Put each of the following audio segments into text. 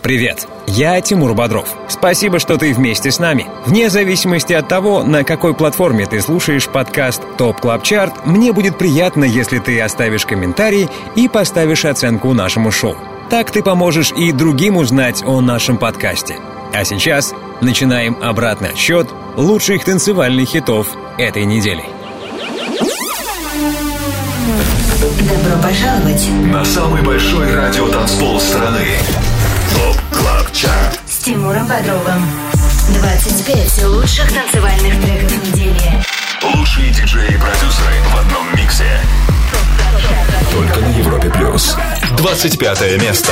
Привет, я Тимур Бодров. Спасибо, что ты вместе с нами. Вне зависимости от того, на какой платформе ты слушаешь подкаст Top Club Chart, мне будет приятно, если ты оставишь комментарий и поставишь оценку нашему шоу. Так ты поможешь и другим узнать о нашем подкасте. А сейчас начинаем обратный отсчет лучших танцевальных хитов этой недели. Добро пожаловать на самый большой радиотанцпол страны. Top Club Chart с Тимуром Бодровым. 25 лучших танцевальных треков недели. Лучшие диджеи и продюсеры в одном миксе. Только на Европе Плюс. 25 место.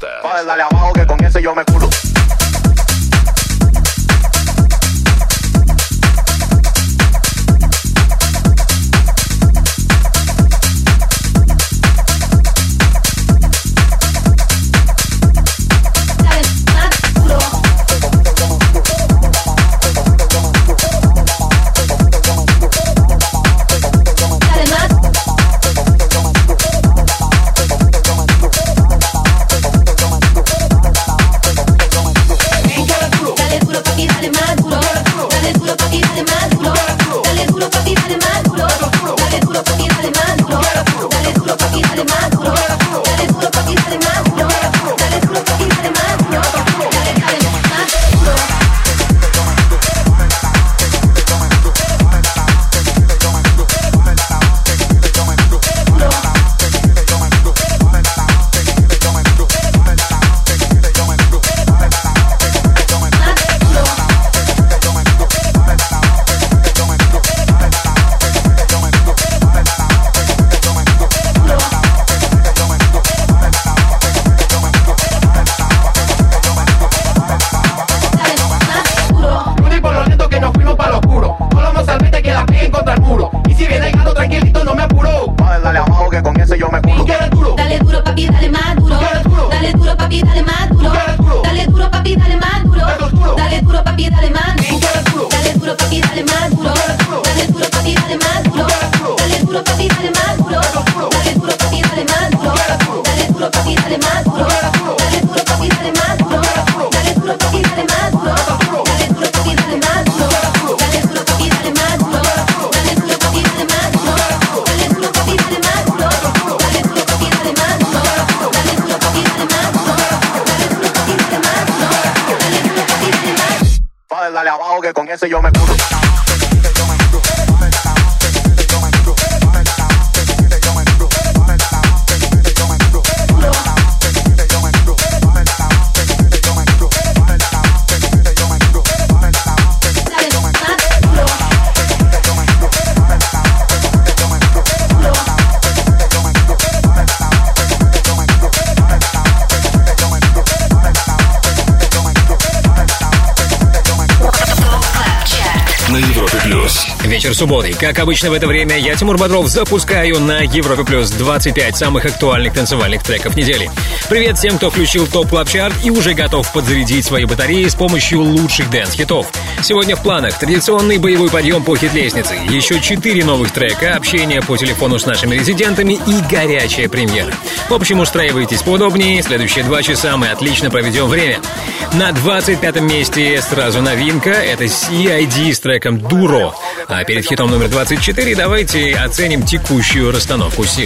Вечер субботы. Как обычно в это время, я, Тимур Бодров, запускаю на Европе Плюс 25 самых актуальных танцевальных треков недели. Привет всем, кто включил ТОП Клаб Чарт и уже готов подзарядить свои батареи с помощью лучших дэнс-хитов. Сегодня в планах традиционный боевой подъем по хит-лестнице, еще 4 новых трека, общение по телефону с нашими резидентами и горячая премьера. В общем, устраивайтесь поудобнее, следующие 2 часа мы отлично проведем время. На 25-м месте сразу новинка, это CID с треком «Дуро». А перед хитом номер 24 давайте оценим текущую расстановку сил.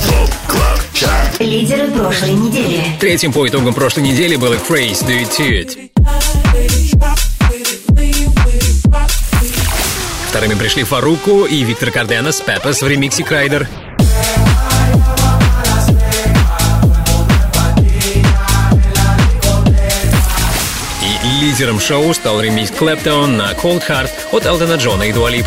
Лидеры прошлой недели. Третьим по итогам прошлой недели был Craze Do It To It. Вторыми пришли Фаруку и Виктор Карденас Пепес в ремиксе Крайдер. И лидером шоу стал ремикс Clapton на Cold Heart от Элтона Джона и Дуа Липы.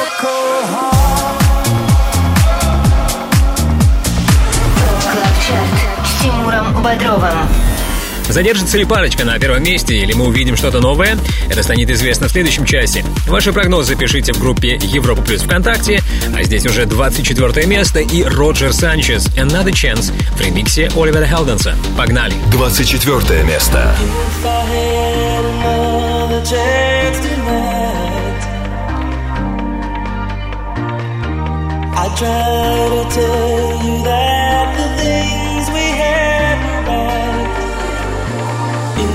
С Тимуром Бодровым. Задержится ли парочка на первом месте, или мы увидим что-то новое? Это станет известно в следующем часе. Ваши прогнозы пишите в группе Европа Плюс ВКонтакте, а здесь уже 24 место и Роджер Санчес «Another Chance» в ремиксе Оливера Хелденса. Погнали! 24 место. I try to tell you that the things we had were right.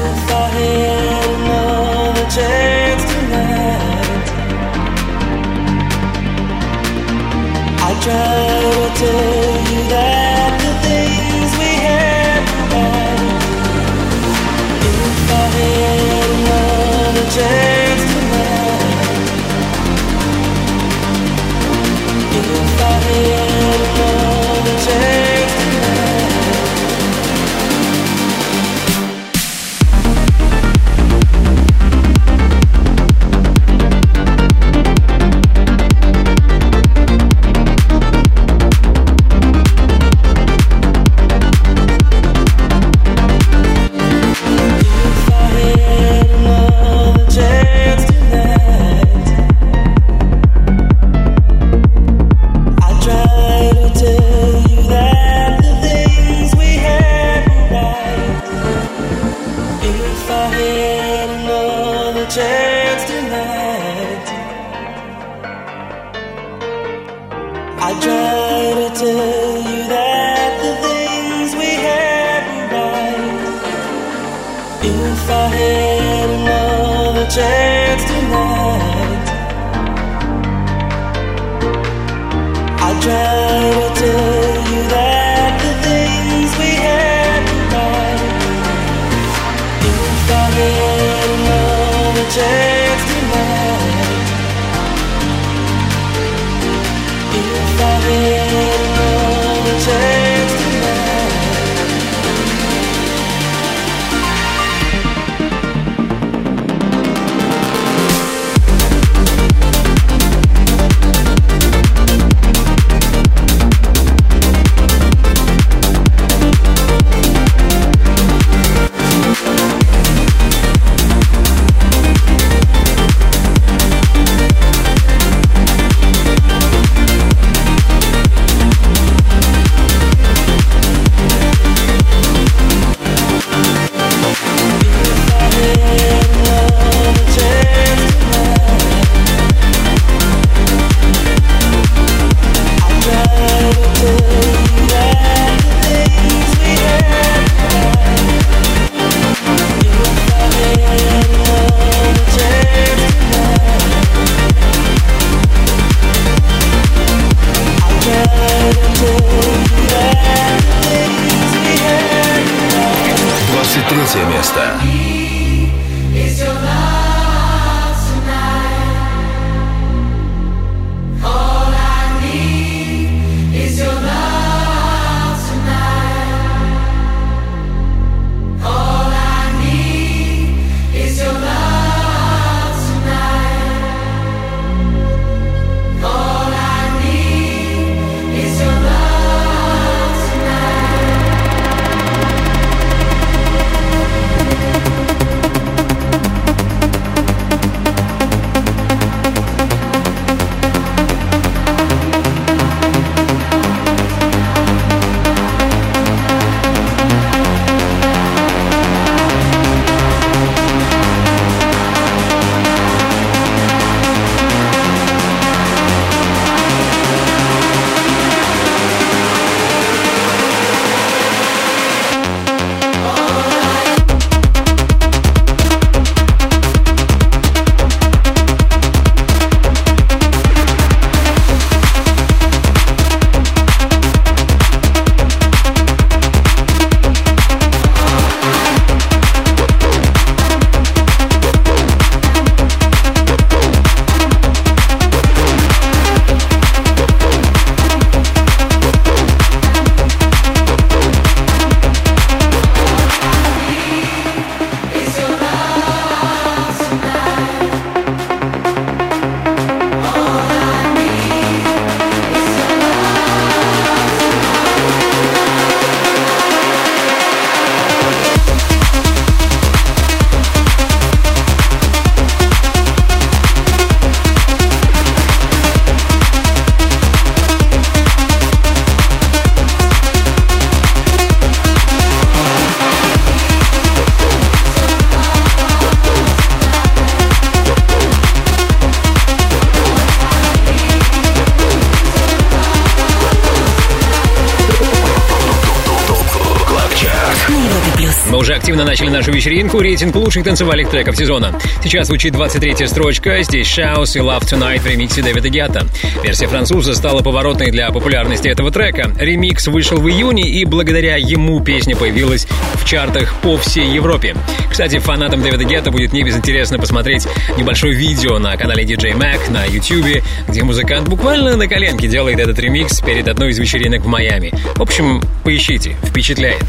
уже активно начали нашу вечеринку, рейтинг лучших танцевальных треков сезона. Сейчас звучит 23-я строчка, здесь Shouse и Love Tonight в ремиксе Дэвида Гетта. Версия француза стала поворотной для популярности этого трека. Ремикс вышел в июне, и благодаря ему песня появилась в чартах по всей Европе. Кстати, фанатам Дэвида Гетта будет не безинтересно посмотреть небольшое видео на канале DJ Mac на YouTube, где музыкант буквально на коленке делает этот ремикс перед одной из вечеринок в Майами. В общем, поищите, впечатляет.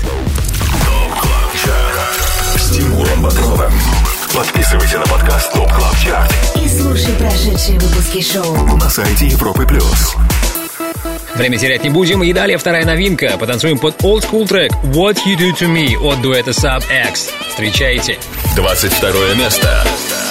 С Тимуром Бодровым. Подписывайся на подкаст Top Club Chart и слушай прошедшие выпуски шоу на сайте Европы+. Время терять не будем, и далее вторая новинка. Потанцуем под Old School трек What You Do To Me от дуэта Sub X. Встречайте. 22 место.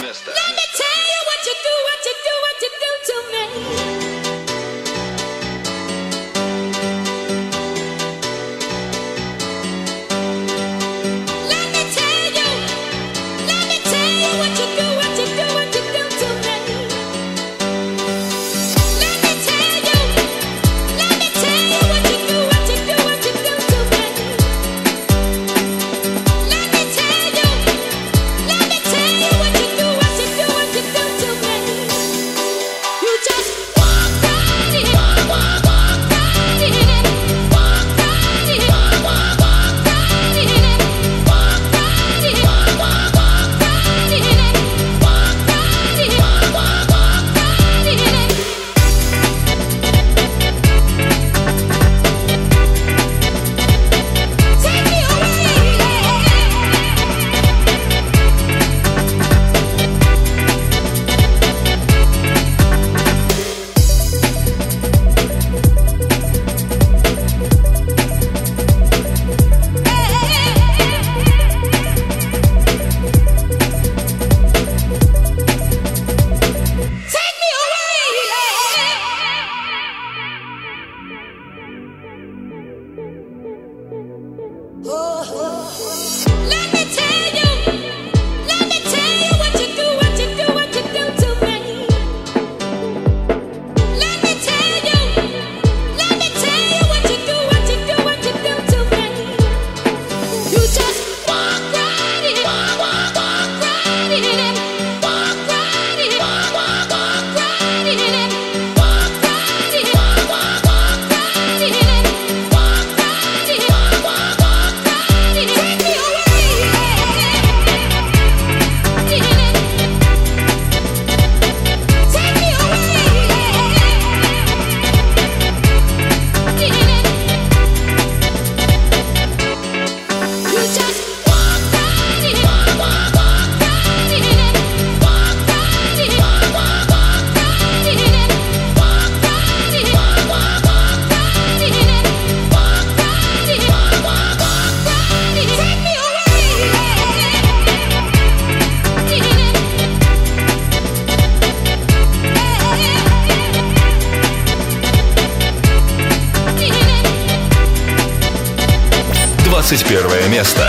Первое место.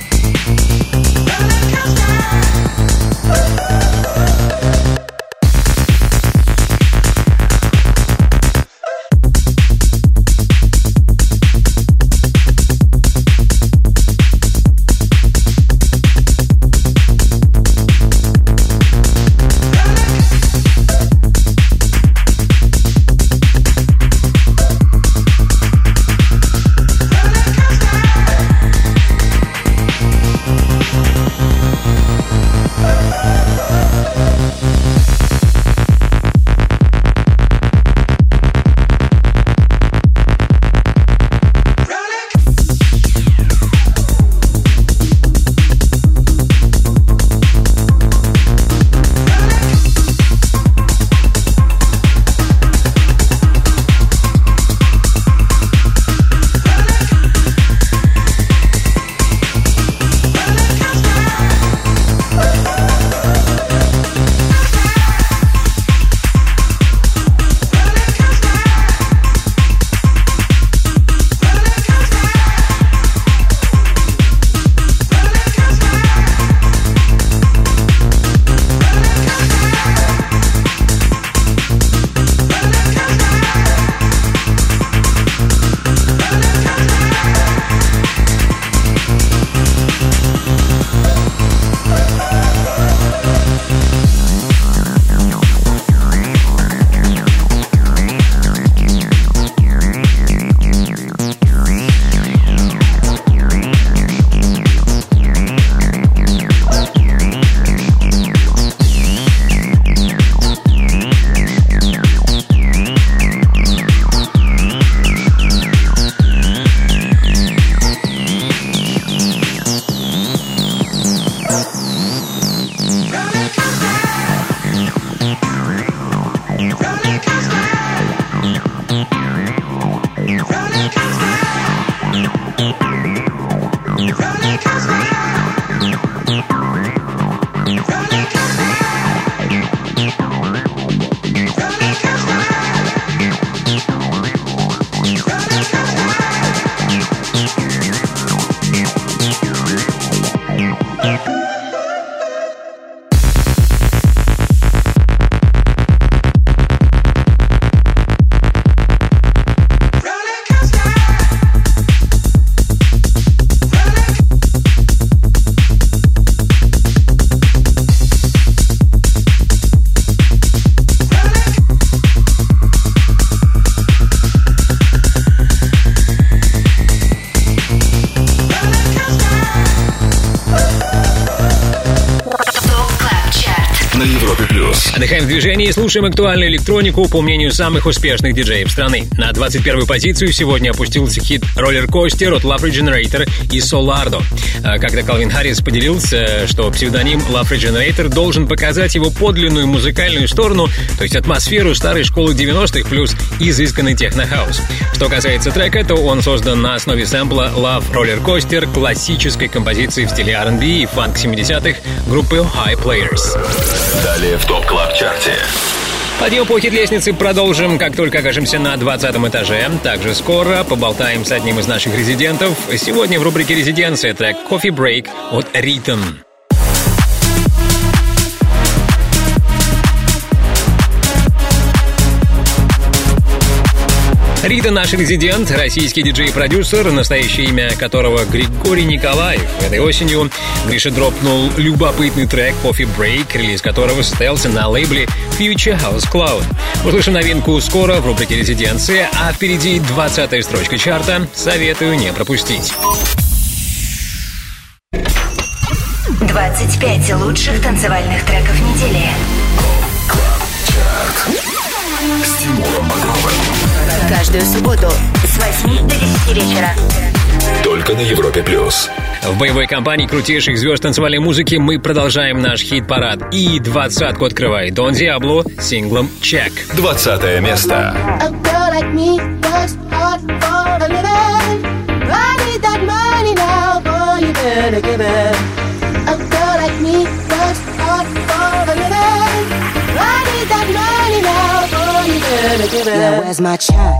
22 Отдыхаем в движении и слушаем актуальную электронику по мнению самых успешных диджеев страны. На 21-ю позицию сегодня опустился хит «Roller Coaster» от Love Regenerator и Solardo. Когда Калвин Харрис поделился, что псевдоним Love Regenerator должен показать его подлинную музыкальную сторону, то есть атмосферу старой школы 90-х плюс изысканный техно-хаус. Что касается трека, то он создан на основе сэмпла Love Roller Coaster классической композиции в стиле R&B и фанк 70-х группы High Players. Далее в ТОП Клаб Чарте. Подъем по хит-лестнице продолжим, как только окажемся на 20-м этаже. Также скоро поболтаем с одним из наших резидентов. Сегодня в рубрике «Резиденция» трек «Coffee Break» от Ритм. Рита — наш резидент, российский диджей-продюсер, настоящее имя которого Григорий Николаев. Этой осенью Гриша дропнул любопытный трек «Coffee Break», релиз которого состоялся на лейбле Future House Cloud. Услышим новинку скоро в рубрике «Резиденция», а впереди 20-я строчка чарта. Советую не пропустить. 25 лучших танцевальных треков недели. С Тимуром Бодровым. Каждую субботу с 8 до 10 вечера. Только на Европе+. В боевой компании крутейших звезд танцевальной музыки мы продолжаем наш хит-парад. И 20-ку открывает Дон Диабло с синглом «Check». 20-е место. Now where's my check?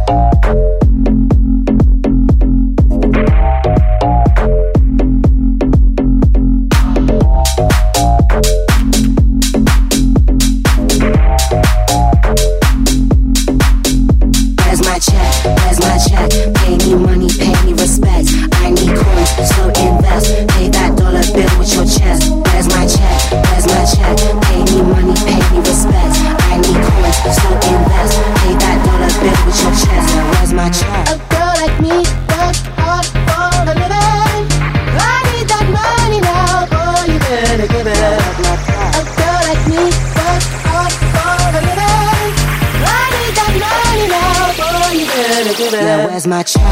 Pay me money, pay me respect. I need coins, so invest. Pay that dollar bill with your chest. Where's my check? Where's my check? Pay me money, pay me respect. I need coins, so invest. Pay that dollar bill with your chest. Now where's my check? A girl like me works hard for a living. I need that money now, boy, you better give it up. A girl like me works hard for a living. I need that money now, boy, you better give it up. Now where's my check?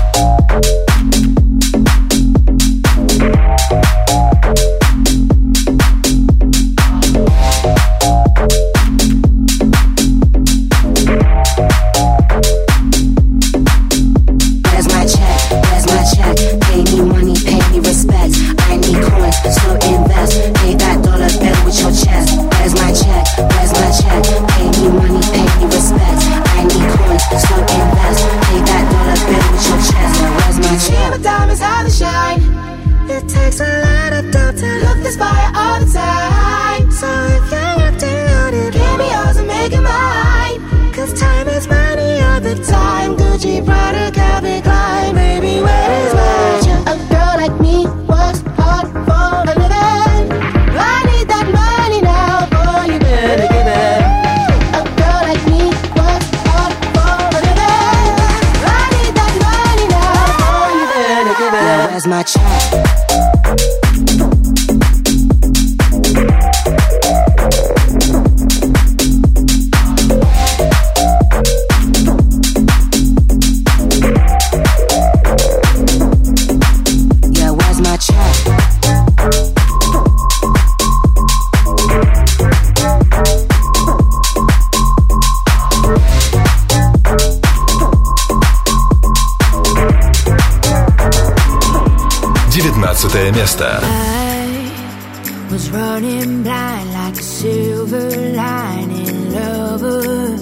My check. 15 место. Was running blind like a silver lining lover.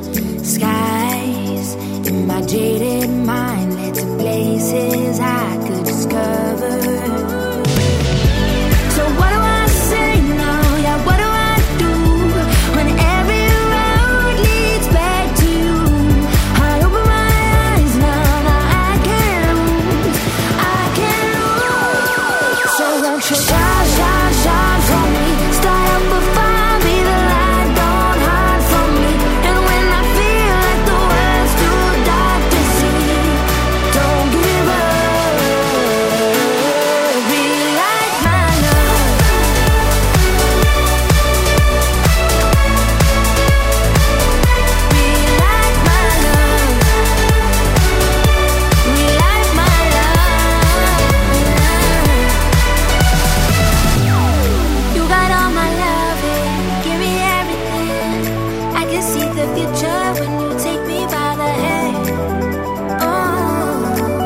Skies in my jaded mind led to places I could discover. So what do I say now? Yeah, what do I do when every road leads back to you? I open my eyes now, I can't lose, I can't lose. So won't you shine for me, stay up before me, the light don't hide from me. And when I feel like the world's too dark to see, don't give up, be like my love. Be like my love. Be like my love. You got all my loving, give me everything. I can see the future when you take me by the hand. Oh,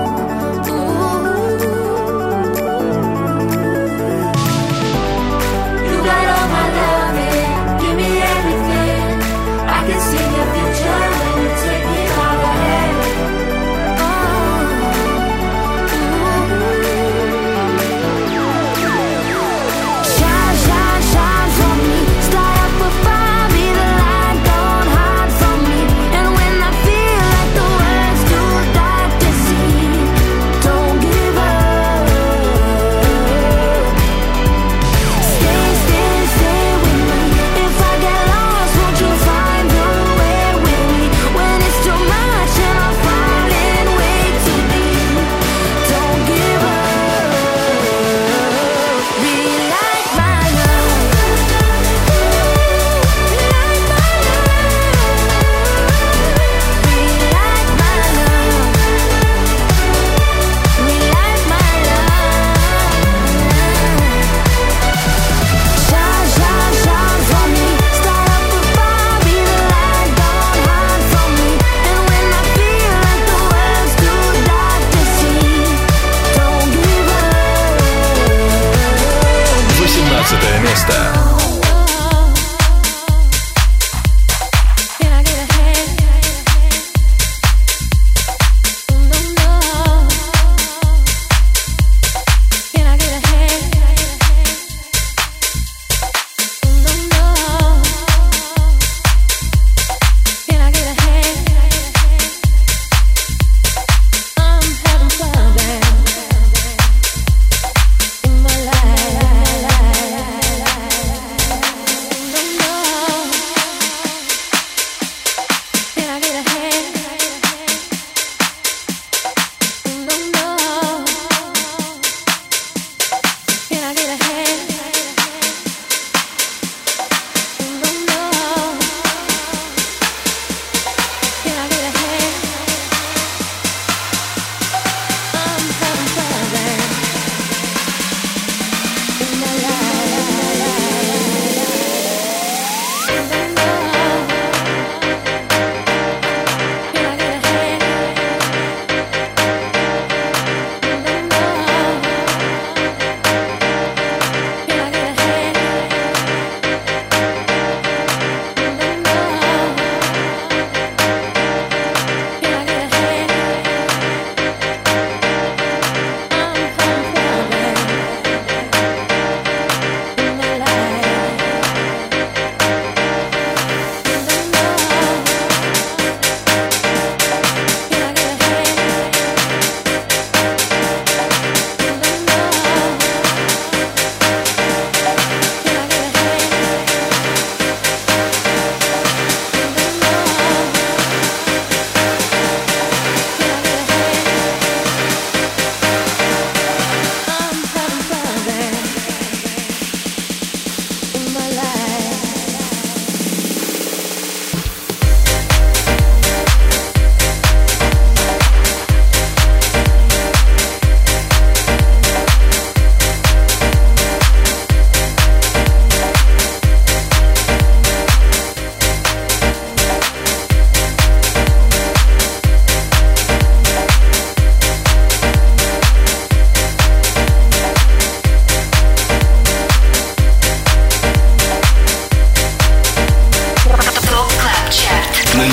ooh. You got all my loving, give me everything. I can see the future when you take me by the hand. Oh, shine for me, stay up before me, the light don't hide from me.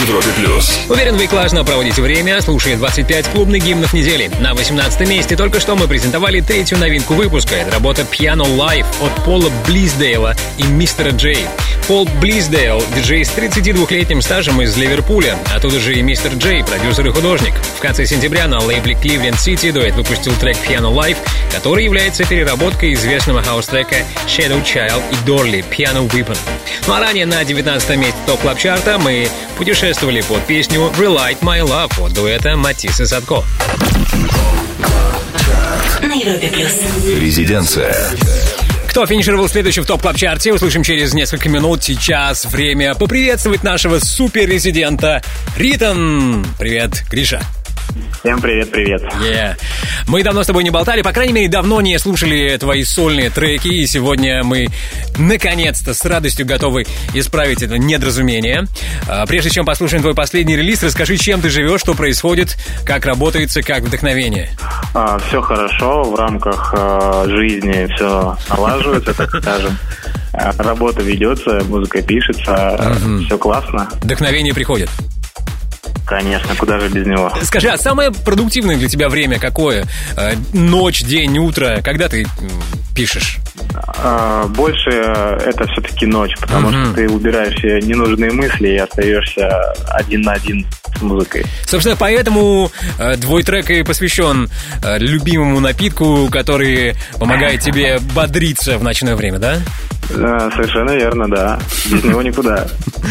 Европе+. Уверен, вы классно проводите время, слушая 25 клубных гимнов недели. На 18 месте только что мы презентовали третью новинку выпуска. Это работа Piano Live от Пола Близдейла и Мистера Джей. Пол Близдейл, диджей с 32-летним стажем из Ливерпуля, оттуда же и Мистер Джей, продюсер и художник. В конце сентября на лейбле Cleveland City дуэт выпустил трек Piano Live, который является переработкой известного хаус-трека Shadow Child и Dorley Piano Weapon. Ну а ранее на 19 месте топ-клаб-чарта мы путешествовали под песню Relight My Love от дуэта Матис и Садко. На Европе Плюс. Резиденция. Кто финишировал следующий в топ-клаб-чарте, услышим через несколько минут. Сейчас время поприветствовать нашего супер-резидента Ритон. Привет, Гриша. Всем привет-привет. Мы давно с тобой не болтали, по крайней мере, давно не слушали твои сольные треки, и сегодня мы наконец-то с радостью готовы исправить это недоразумение. Прежде чем послушаем твой последний релиз, расскажи, чем ты живешь, что происходит, как работается, как вдохновение. Все хорошо, в рамках жизни все налаживается, так скажем. Работа ведется, музыка пишется, все классно. Вдохновение приходит. Конечно, куда же без него. Скажи, а самое продуктивное для тебя время какое? Ночь, день, утро? Когда ты пишешь? Больше это все-таки ночь, потому что ты убираешь все ненужные мысли и остаешься один на один с музыкой. Собственно, поэтому твой трек и посвящен любимому напитку, который помогает тебе бодриться в ночное время, да? Совершенно верно, да. Без него никуда.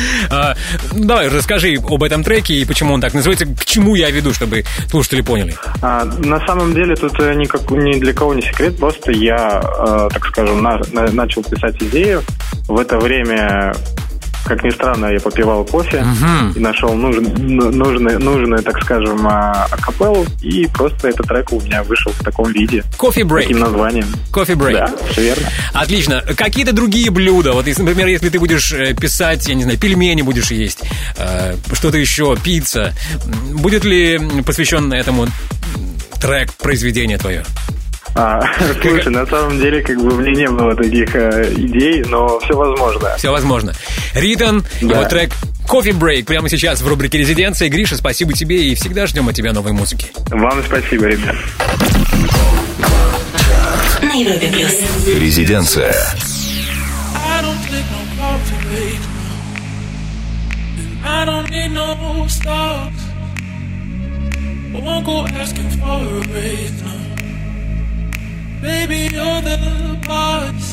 Давай, расскажи об этом треке и почему он так называется, к чему я веду, чтобы слушатели поняли. На самом деле тут ни для кого не секрет, просто я, так скажем, начал писать идею. В это время, как ни странно, я попивал кофе и нашел нужную, так скажем, акапеллу, и просто этот трек у меня вышел в таком виде. Coffee Break. Таким названием. Coffee Break. Да, все верно. Отлично. Какие-то другие блюда? Вот, например, если ты будешь писать, я не знаю, пельмени будешь есть, что-то еще, пицца. Будет ли посвящен этому трек произведение твое? Слушай, на самом деле, как бы у меня не было таких идей, но все возможно. Все возможно. Ритон, его трек Coffee Break прямо сейчас в рубрике «Резиденция». Гриша, спасибо тебе и всегда ждем от тебя новой музыки. Вам спасибо, ребят. На Европе Плюс. Резиденция. Baby, you're the boss.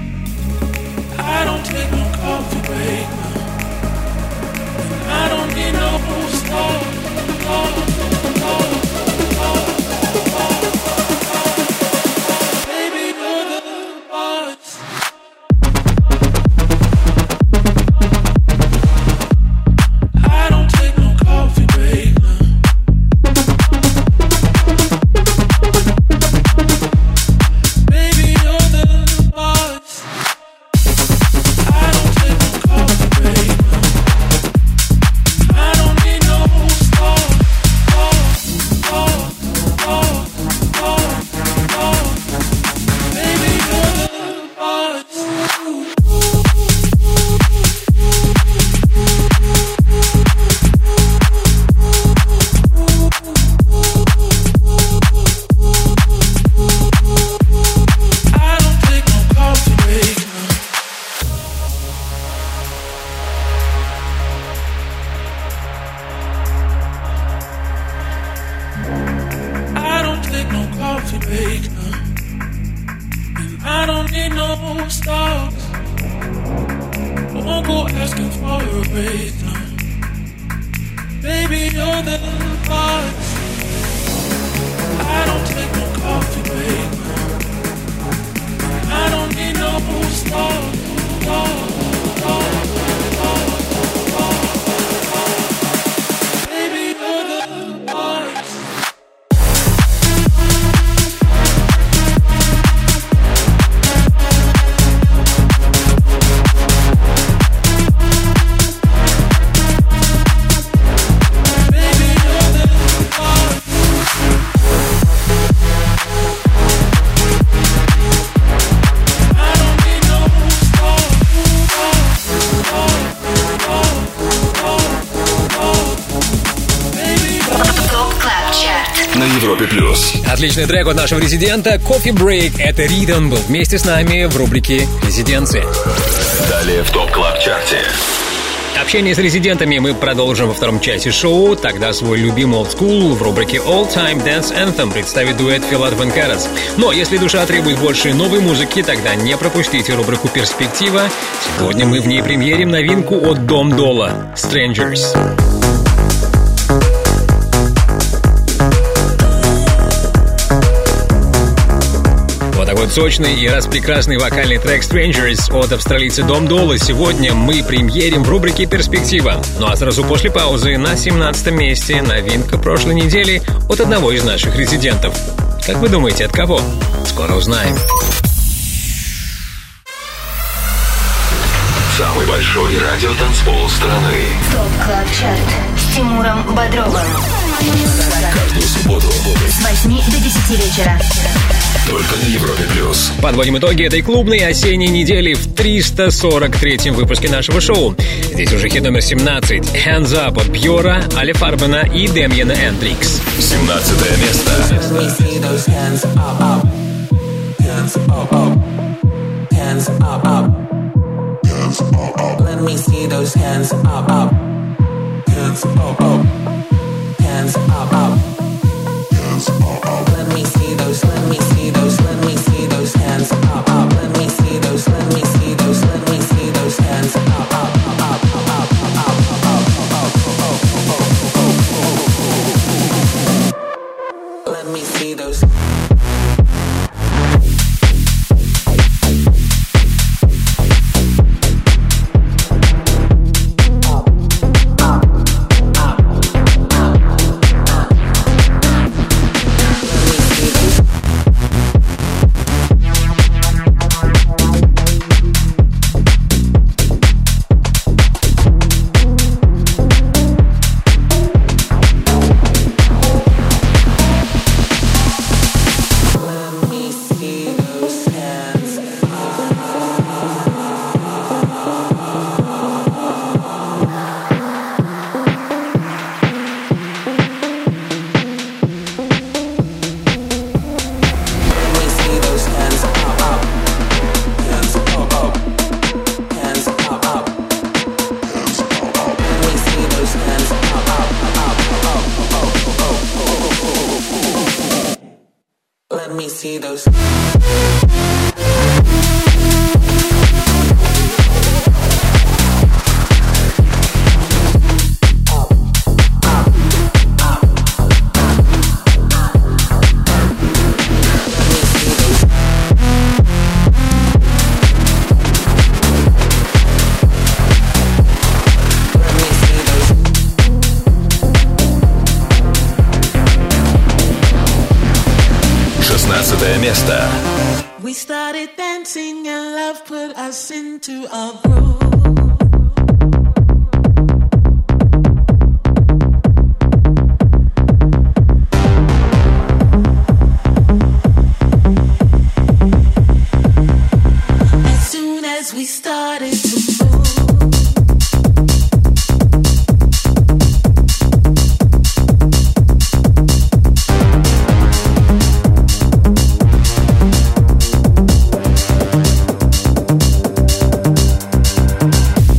I don't take no coffee break. I don't need no star. Baby, you're the boss. I don't take no coffee break. на Европе+. Отличный трек от нашего резидента Coffee Break. Это Ритон был вместе с нами в рубрике «Резиденция». Далее в ТОП Клаб Чарте. Общение с резидентами мы продолжим во втором часе шоу. Тогда свой любимый Old School в рубрике All Time Dance Anthem представит дуэт Филатов и Карас. Но если душа требует больше новой музыки, тогда не пропустите рубрику «Перспектива». Сегодня мы в ней премьерим новинку от Дом Дола «Strangers». Вот такой вот сочный и распрекрасный вокальный трек «Strangers» от австралийца Дом Дола сегодня мы премьерим в рубрике «Перспектива». Ну а сразу после паузы на 17-м месте новинка прошлой недели от одного из наших резидентов. Как вы думаете, от кого? Скоро узнаем. Самый большой радиотанцпол страны. ТОП Клаб Чарт с Тимуром Бодровым. Каждую субботу С 8 до 10 вечера. только на Европе+. Подводим итоги этой клубной осенней недели в 343-м выпуске нашего шоу. Здесь уже хит номер 17 «Hands Up» от Бьора, Али Фарбена и Демьяна Эндрикс. 17-е место. Let me see those hands up, up. Hands up, up. Hands up, up. Hands up, up. Let me see those hands up, up. Hands up, up. Hands up, up. Hands up, up. Let me see those, let me see those, let me see those hands up, up. Let me see those, let me see those, let me see those hands up, up, up, up, up. Let me see those. Let me see those. Место. We started dancing and love put us into a groove. As soon as we started to move.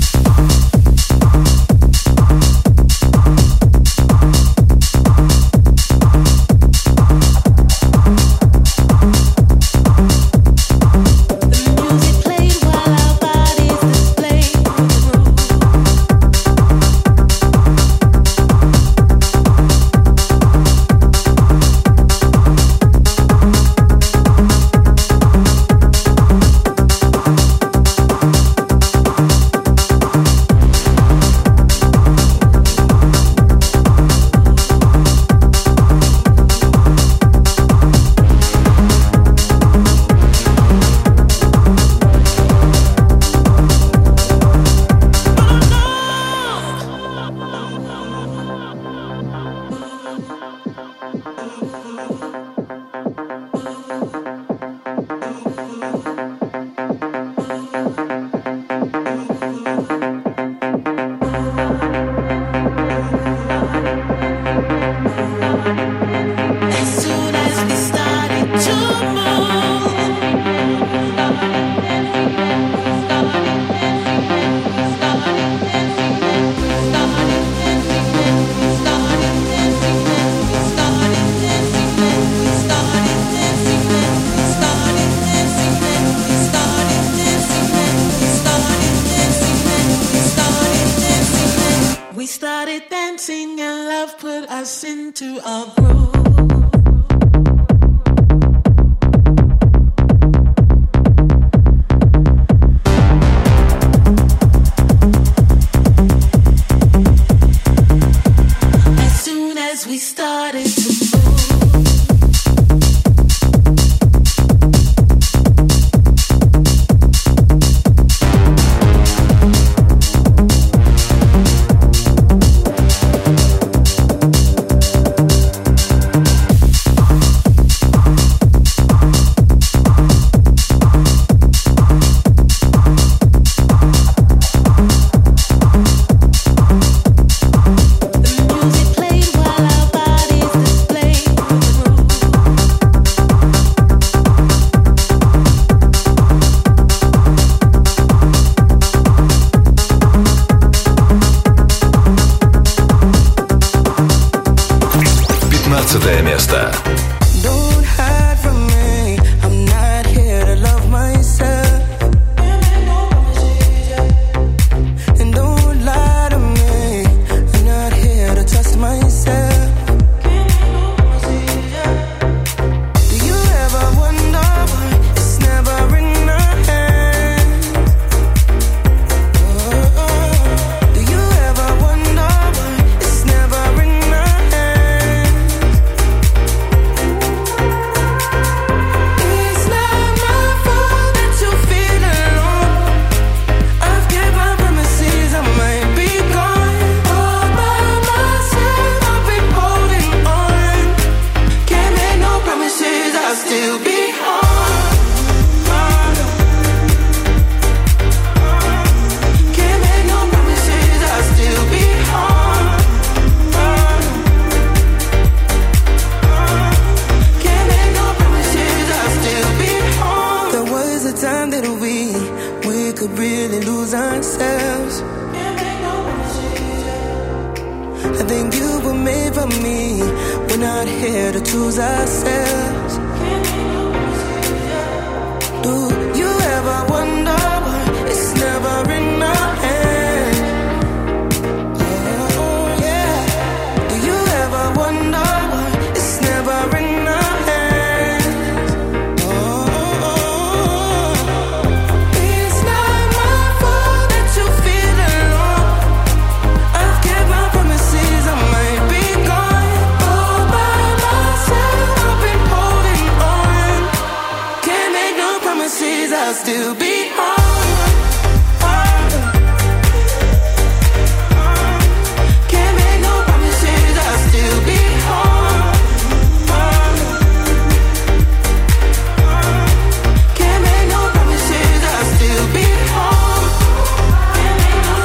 started dancing and love put us into a groove. As soon as we started to move. 15 место. Don't hide from me. I'm not here to love myself. And don't lie to me. I'm not here to trust myself. Do you ever wonder why it's never in our hands? Do you ever wonder why it's never in our hands? It's not my fault that you feel alone. I've kept my promises, I might be gone all by myself. I've been holding on. Can't make no promises, I'll still be on. Can't make no promises, I'll still be on. Can't make no promises, I'll still be on. There was a time that we could really lose ourselves. I think you were made for me. We're not here to choose ourselves. Do you ever wonder why it's never in our hands? Oh, yeah. Do you ever wonder why it's never in our hands? Oh, it's not my fault that you feel alone. I've kept my promises, I might be gone all by myself. I've been holding on. Can't make no promises, I'll still be on. Can't make no promises, I'll still be on. Can't make no promises, I'll still be on. Can't make no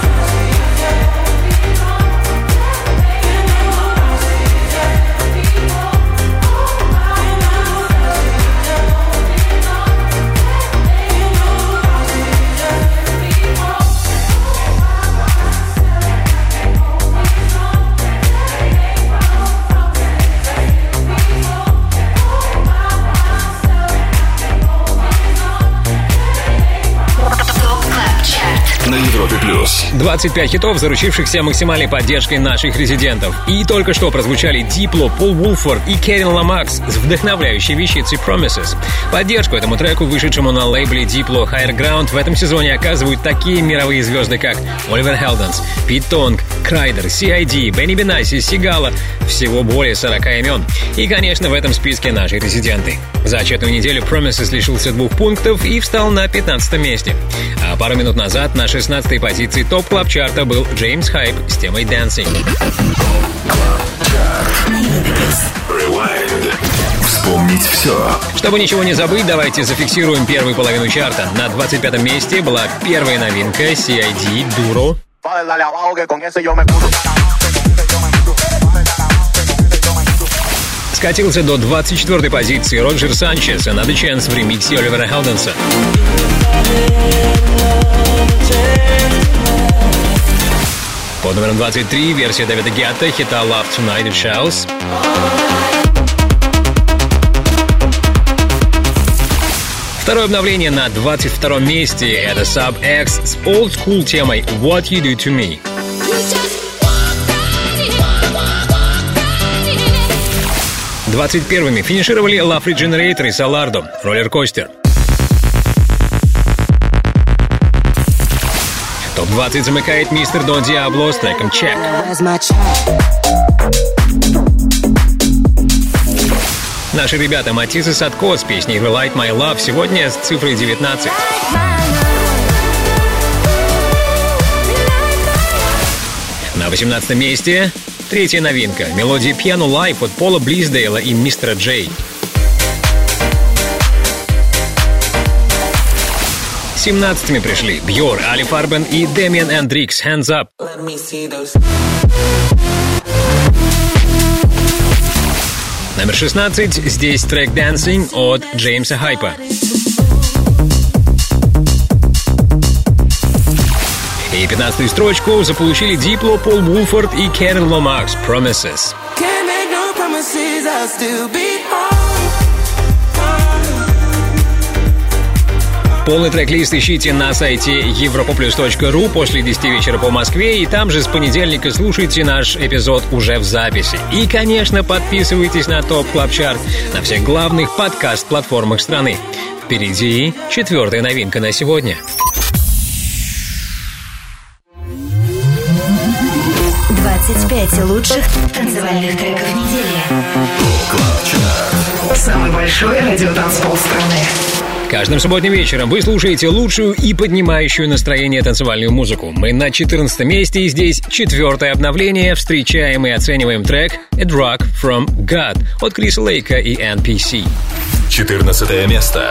На Европе плюс. 25 хитов, заручившихся максимальной поддержкой наших резидентов. И только что прозвучали Дипло, Пол Вулфорд и Кэрин Ламакс с вдохновляющей вещицей Promises. Поддержку этому треку, вышедшему на лейбле Diplo Higher Ground, в этом сезоне оказывают такие мировые звезды, как Оливер Хелденс, Пит Тонг, Крайдер, C.I.D., Бенни Бенаси, Сигала. Всего более 40 имен. И, конечно, в этом списке наши резиденты. За отчетную неделю Promises лишился 2 пунктов и встал на 15 месте. А пару минут назад на 16-й позиции топ-клаб-чарта был Джеймс Хайп с темой Dancing. Rewind. Вспомнить все. Чтобы ничего не забыть, давайте зафиксируем первую половину чарта. На 25-м месте была первая новинка C.I.D. Duro. Скатился до 24-й позиции Роджер Санчес «Another Chance» в ремиксе Оливера Хелденса. Под номером 23 версия Дэвида Гетта хита Love Tonight at Shouse. Второе обновление на 22-м месте — это Sub X с Old School темой What You Do To Me. 21-ми финишировали Love Regenerator и Solardo, Rollercoaster. Топ-20 замыкает мистер Дон Диабло с треком Check. Наши ребята Матис и Садко с песней Relight My Love сегодня с цифрой 19. На 18 месте третья новинка. Мелодия Piano Life от Пола Близдейла и мистера Джей. 17-ми пришли Бьор, Али Фарбен и Дэмиан Эндрикс Hands Up. Номер 16. Здесь трек Dancing от Джеймса Хайпа. И 15-ю строчку заполучили Дипло, Пол Вулфорд и Кэрол Ломакс Promises. Полный трек-лист ищите на сайте europoplus.ru после 10 вечера по Москве, и там же с понедельника слушайте наш эпизод уже в записи. И, конечно, подписывайтесь на ТОП Клаб Чарт на всех главных подкаст-платформах страны. Впереди 4-я новинка на сегодня. 25 лучших танцевальных треков недели. Самый большой радиотанцпол страны. Каждым субботним вечером вы слушаете лучшую и поднимающую настроение танцевальную музыку. Мы на 14 месте, и здесь 4-е обновление. Встречаем и оцениваем трек «A Drug from God» от Криса Лейка и NPC. 14 место.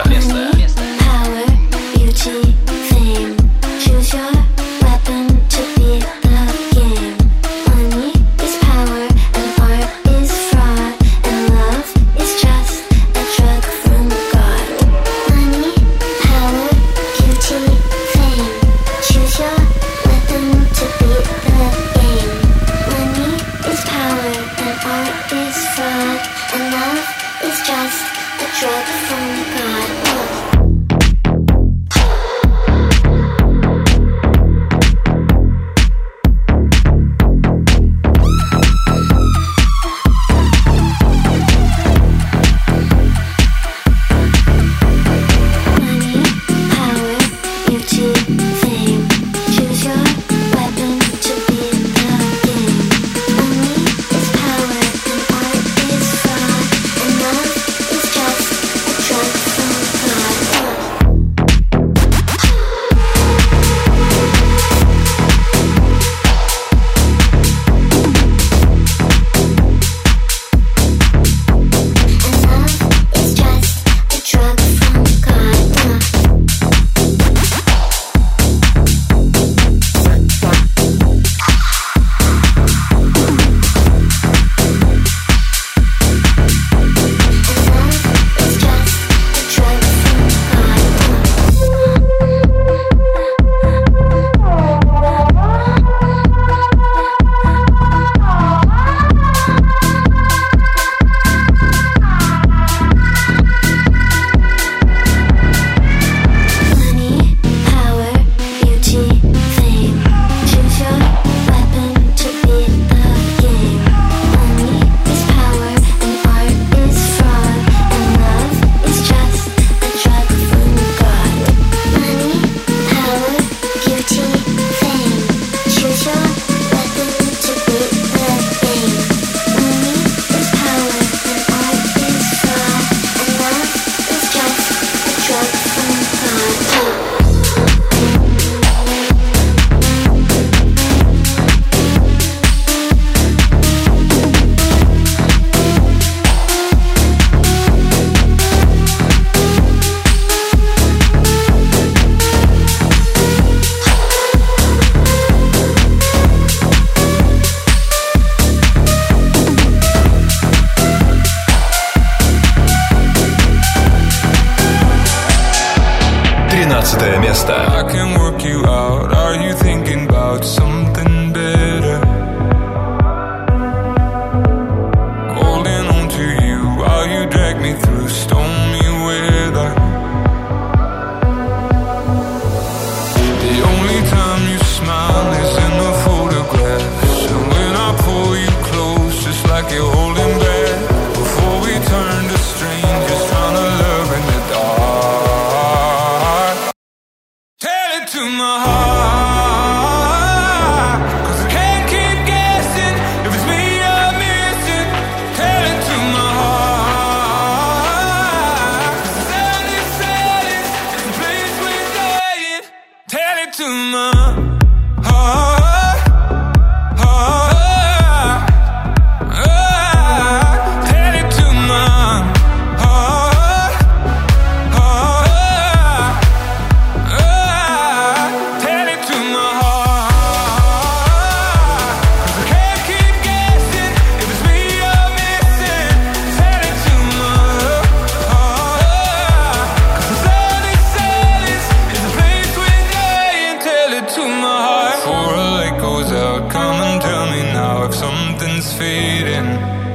is fading.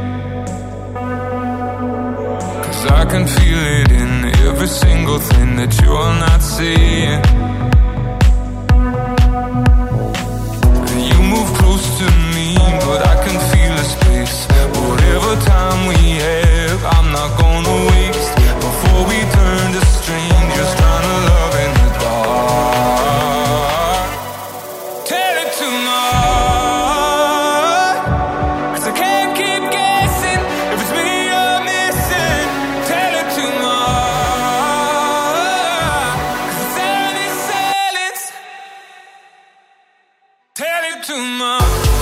'Cause I can feel it in every single thing that you're not seeing. You move close to me, but I can feel the space. Whatever time we have, I'm not gonna waste. Before we turn to strangers, trying to love in the dark. Tell it to my heart, 'cause I can't keep guessing if it's me you're missing. Tell it to my heart, 'cause the sound is silence. Tell it to my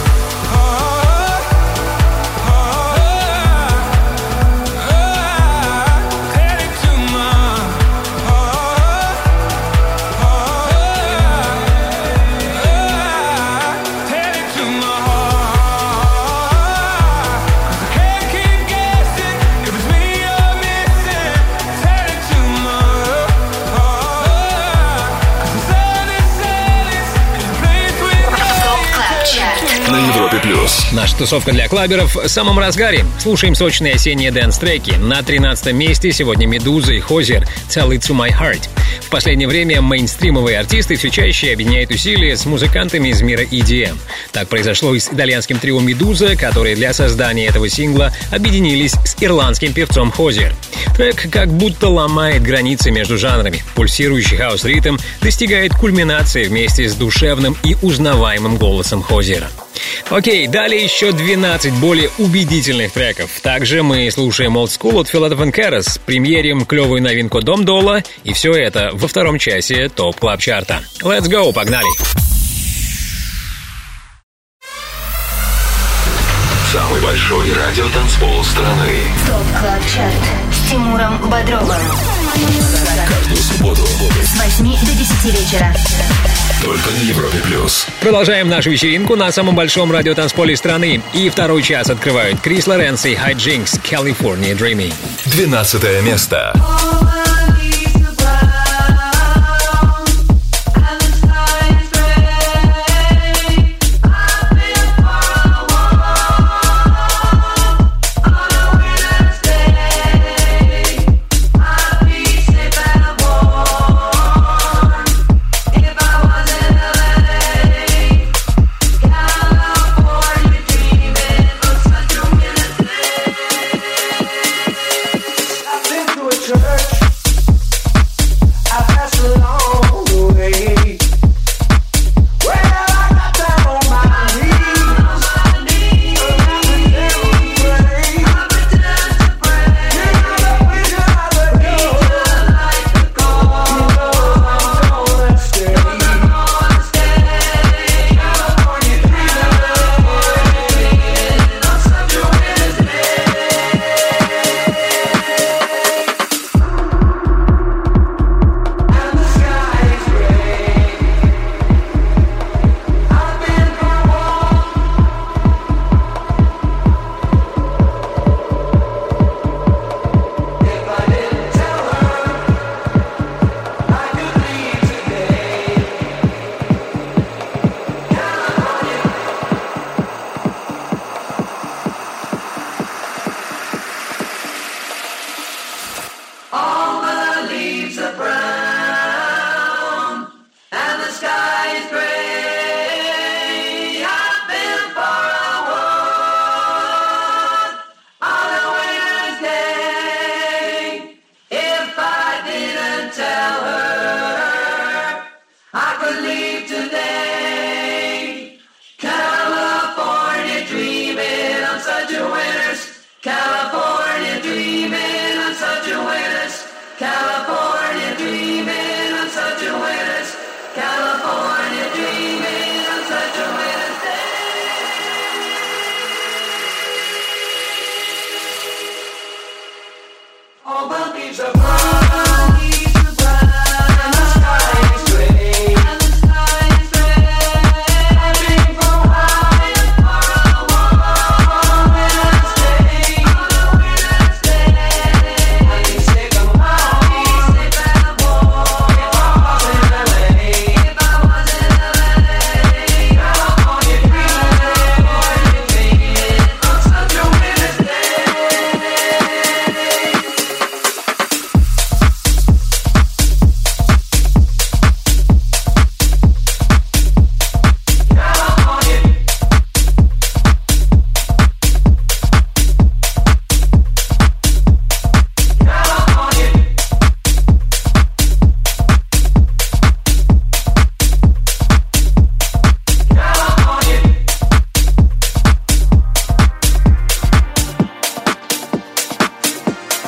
Наша тусовка для клаберов в самом разгаре. Слушаем сочные осенние дэнс-треки. На 13-м месте сегодня Медуза и Хозер «Tell It To My Heart». В последнее время мейнстримовые артисты все чаще объединяют усилия с музыкантами из мира EDM. Так произошло и с итальянским трио «Медуза», которые для создания этого сингла объединились с ирландским певцом Хозер. Трек как будто ломает границы между жанрами. Пульсирующий хаус-ритм достигает кульминации вместе с душевным и узнаваемым голосом Хозера. Окей, далее еще 12 более убедительных треков. Также мы слушаем Old School от Philip and Keras, премьерим клевую новинку Дом Дола, и все это во втором часе ТОП Клаб Чарта. Let's go, погнали! Самый большой радиотанцпол страны. ТОП Клаб Чарт с Тимуром Бодровым. Каждую субботу С 8 до 10 вечера. только на Европе+. Продолжаем нашу вечеринку на самом большом радиотанцполе страны. И второй час открывают Крис Лоренс и High Jinx «California Dreaming». 12 место.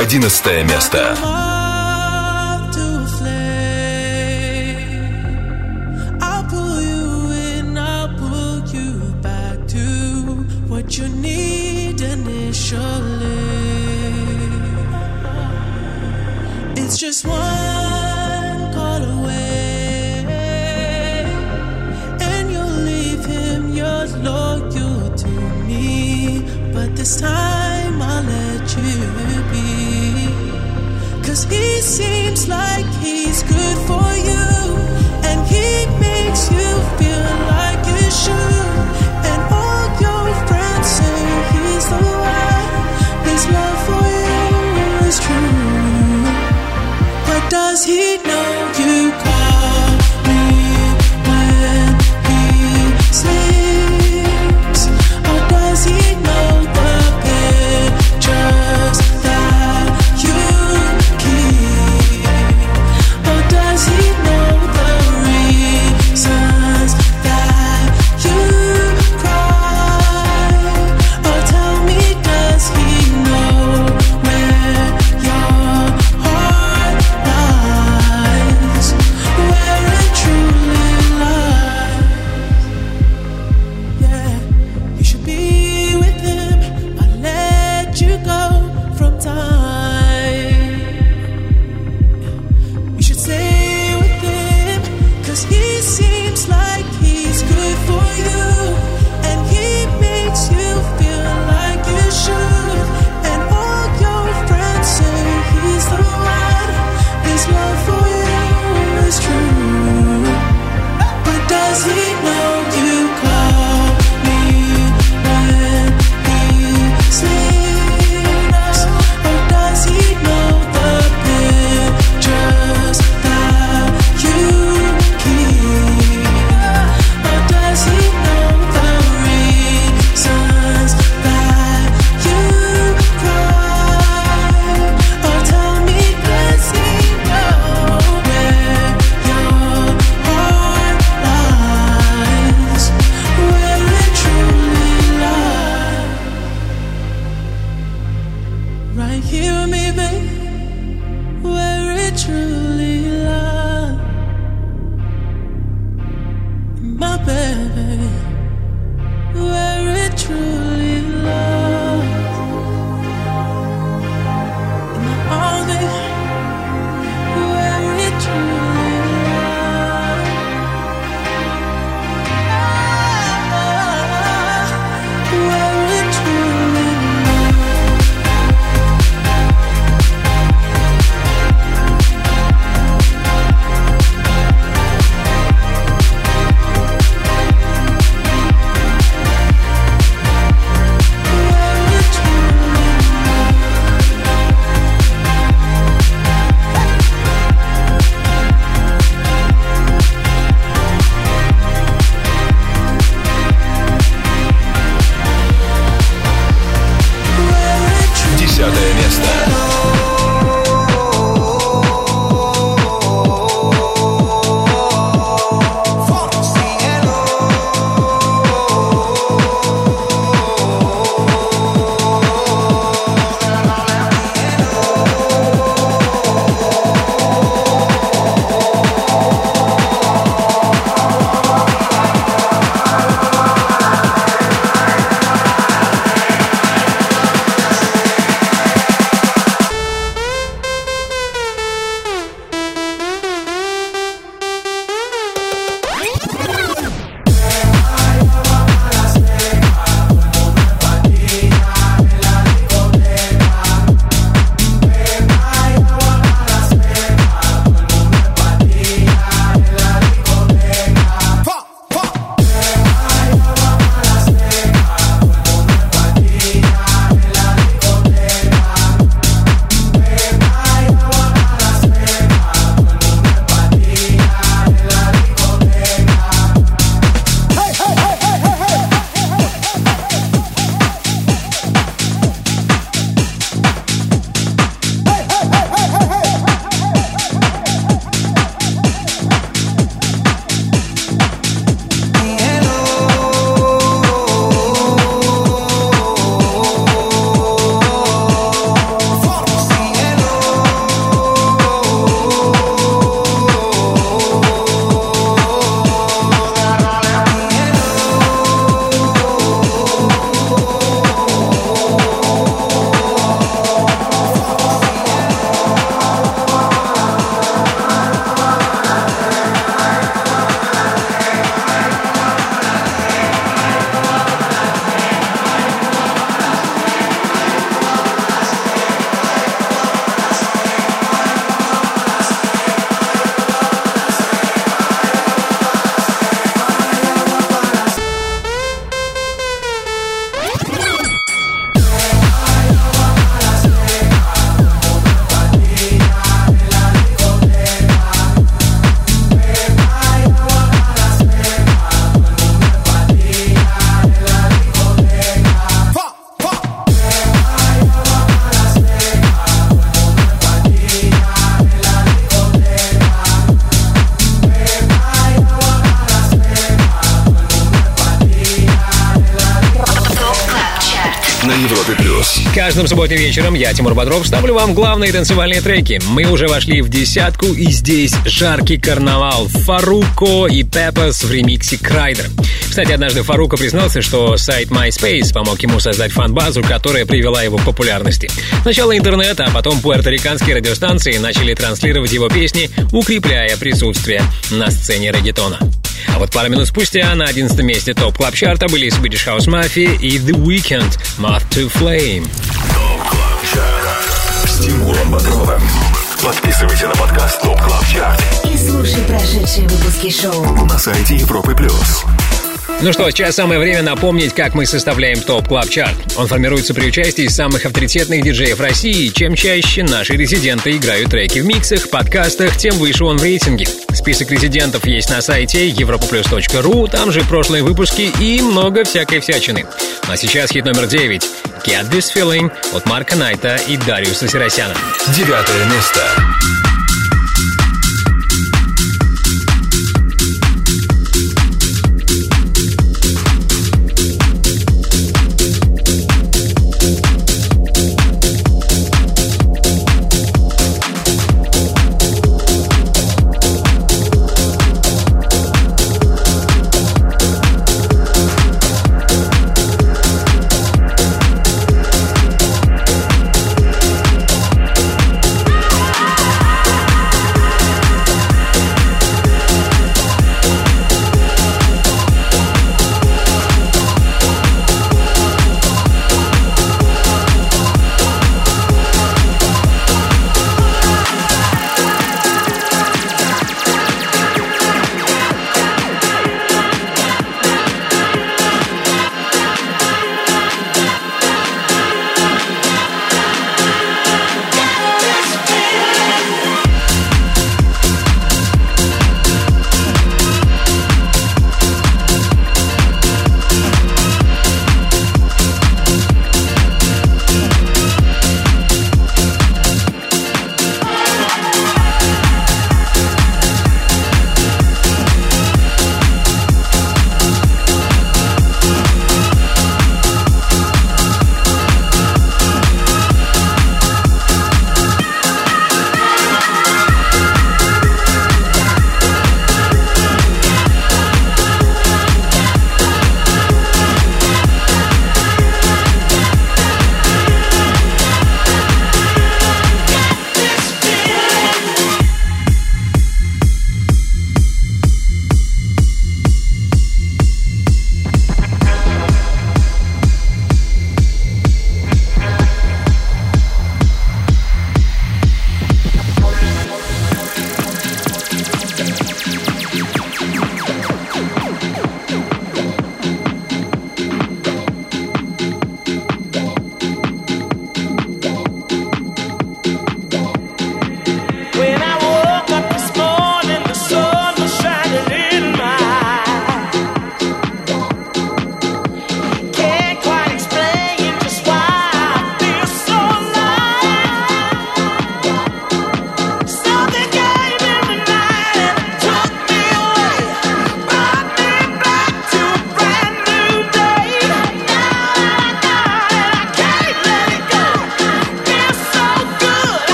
11 место. You need initially. It's just one call away, and you'll leave him. You're loyal to me, but this time I'll let you be. 'Cause he seems like he's good for you, and he makes you feel like you should. And all your friends say he's the one. His love for you is true. But does he know you call me when he sleeps? Or does he know the pictures that you keep? Or does he know the reasons that you cry? Or tell me, does he know where your heart lies? Where it truly lies? Yeah, you should be with him. I'll let you go from time. You should stay with him, 'cause he seems like he's good for you, and he makes you feel like you should. And all your friends say he's the one. His love for you is true. But does he know you call me when he sleeps? Or does he know the pictures that you keep? Or does he know the reasons that you cry? Or tell me, does he know where your heart lies? Where it truly lies? Right here with me, babe. Where it truly lies. My baby. Where it truly lies. In my arms, baby. Where it truly lies. Where it truly lies. Десятое место. на Европе+. Каждым субботним вечером я, Тимур Бодров, ставлю вам главные танцевальные треки. Мы уже вошли в десятку, и здесь жаркий карнавал. Фаруко и Пеппас в ремиксе Крайдер. Кстати, однажды Фаруко признался, что сайт MySpace помог ему создать фан-базу, которая привела его к популярности. Сначала интернет, а потом пуэрториканские радиостанции начали транслировать его песни, укрепляя присутствие на сцене реггетона. А вот пару минут спустя на 11 месте топ-клаб-чарта были Swedish House Mafia и The Weeknd Moth to Flame. ТОП-клаб-чарт с Тимуром Бодровым. Подписывайся на подкаст ТОП-клаб-чарт И слушай прошедшие выпуски шоу на сайте Европы+. Ну что, сейчас самое время напомнить, как мы составляем топ-клаб-чарт. Он формируется при участии самых авторитетных диджеев России. Чем чаще наши резиденты играют треки в миксах, подкастах, тем выше он в рейтинге. Список резидентов есть на сайте europaplus.ru, там же прошлые выпуски и много всякой всячины. А сейчас хит номер 9. Get This Feeling от Марка Найта и Дариуса Сиросяна. 9 место.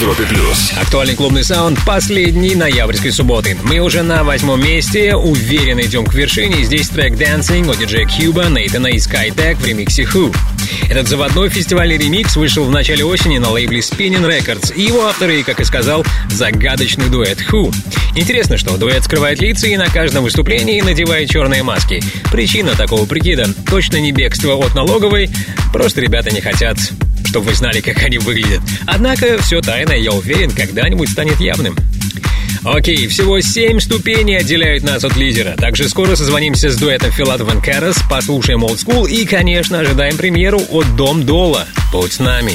Европе+. Актуальный клубный саунд последней ноябрьской субботы. Мы уже на 8-м месте, уверенно идем к вершине. Здесь трек Dancing от диджея Cuba, Нейтана и SkyTech в ремиксе Who. Этот заводной фестивальный ремикс вышел в начале осени на лейбле Spinning Records. И его авторы, как и сказал, загадочный дуэт Who. Интересно, что дуэт скрывает лица и на каждом выступлении надевает черные маски. Причина такого прикида точно не бегство от налоговой, просто ребята не хотят, чтобы вы знали, как они выглядят. Однако все тайное, я уверен, когда-нибудь станет явным. Окей, всего 7 ступеней отделяют нас от лидера. Также скоро созвонимся с дуэтом Филатов и Карас, послушаем Old School и, конечно, ожидаем премьеру от Дом Дола. Будь с нами.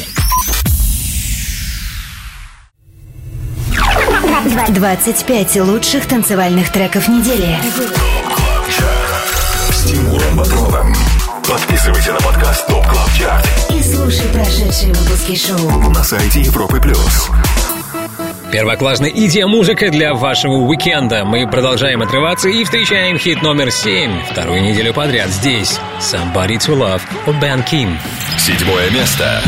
25 лучших танцевальных треков недели. С Тимуром Бодровым. Подписывайся на подкаст Top Club Chart И слушай прошедшие выпуски шоу на сайте Европы+. Первоклассная идея-музыка для вашего уикенда. Мы продолжаем отрываться и встречаем хит номер 7. Вторую неделю подряд здесь Somebody to Love от Бен Ким. 7 место.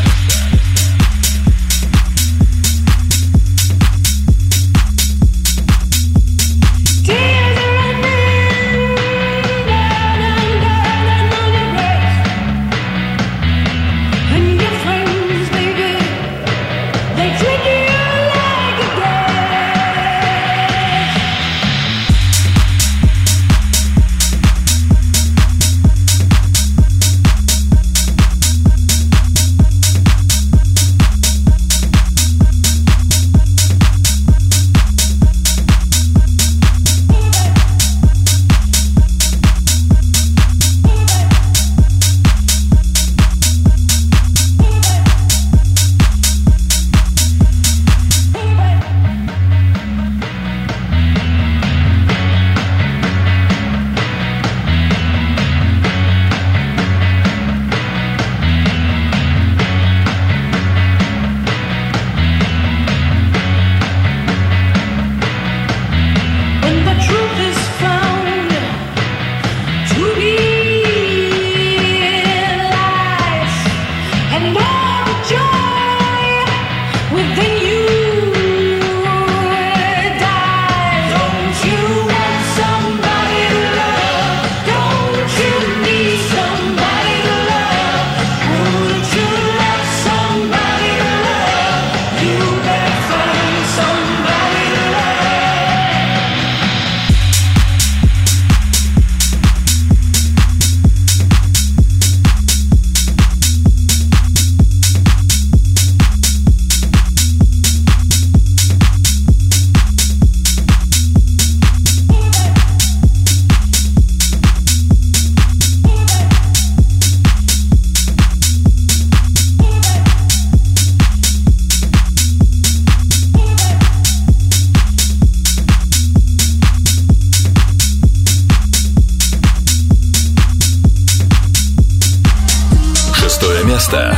место.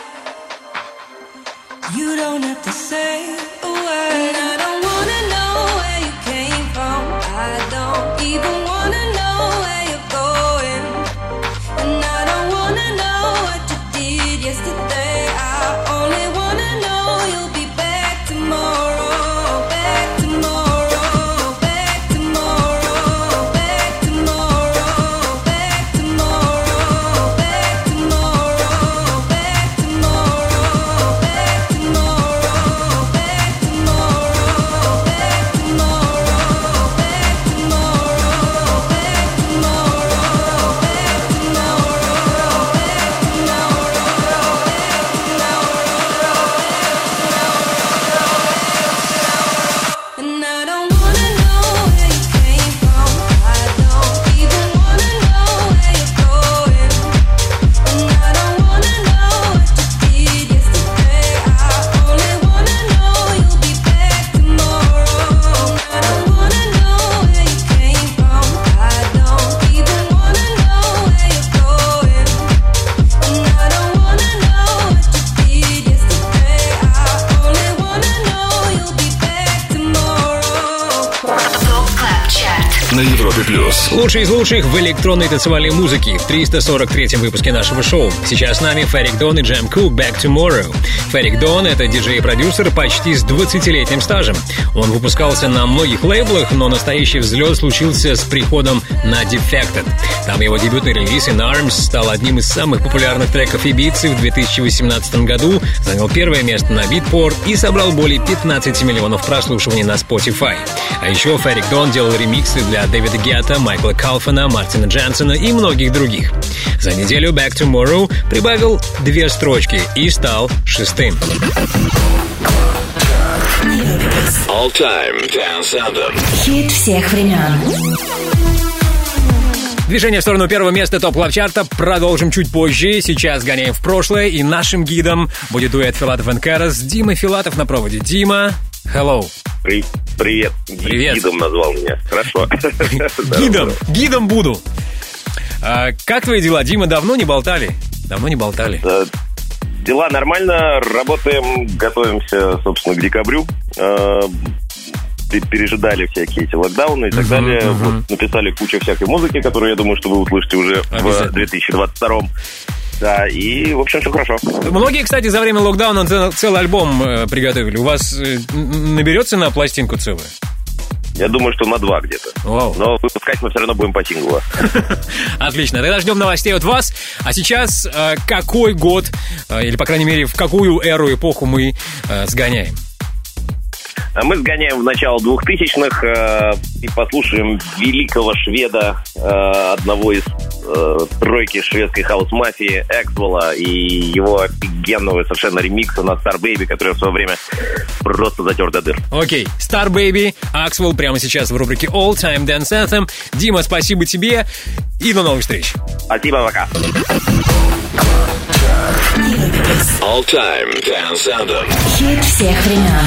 You don't have to say a word. I don't wanna know Лучший из лучших в электронной танцевальной музыке в 343-м выпуске нашего шоу. Сейчас с нами Ферик Дон и Джем Кук «Back Tomorrow». Ферик Дон — это диджей и продюсер почти с 20-летним стажем. Он выпускался на многих лейблах, но настоящий взлет случился с приходом на Defected. Там его дебютный релиз «In Arms» стал одним из самых популярных треков Ибицы в 2018 году, занял первое место на Beatport и собрал более 15 миллионов прослушиваний на Spotify. А еще Ферик Дон делал ремиксы для Дэвида Гетта, Майкла Калфана, Мартина Джансона и многих других. За неделю «Back Tomorrow» прибавил 2 строчки и стал 6-м. All-time dance anthem. Хит всех времен. Движение в сторону первого места топ-клаб-чарта продолжим чуть позже. Сейчас гоняем в прошлое, и нашим гидом будет дуэт Филатов и Карас. Дима Филатов на проводе. Дима, hello. Привет. Привет. Гидом назвал меня. Хорошо. Гидом буду. Как твои дела, Дима? Давно не болтали? Дела нормально, работаем, готовимся, собственно, к декабрю. Пережидали всякие эти локдауны и так далее. Вот, написали кучу всякой музыки, которую, я думаю, что вы услышите уже в 2022. Да, и, в общем, все хорошо. Многие, кстати, за время локдауна целый альбом приготовили. У вас наберется на пластинку целую? Я думаю, что на 2 где-то. Вау. Но выпускать мы все равно будем по синглу. Отлично. Тогда ждем новостей от вас. А сейчас какой год, или, по крайней мере, в какую эру, эпоху мы сгоняем? Мы сгоняем в начало 2000-х и послушаем великого шведа, одного из тройки шведской хаус-мафии Эксвелла и его офигенного совершенно ремикса на Star Baby, который в свое время просто затер до дыр. Окей, Star Baby, Axwell прямо сейчас в рубрике All Time Dance Anthem. Дима, спасибо тебе и до новых встреч. Спасибо, пока. All Time Dance Anthem. Хит всех времен.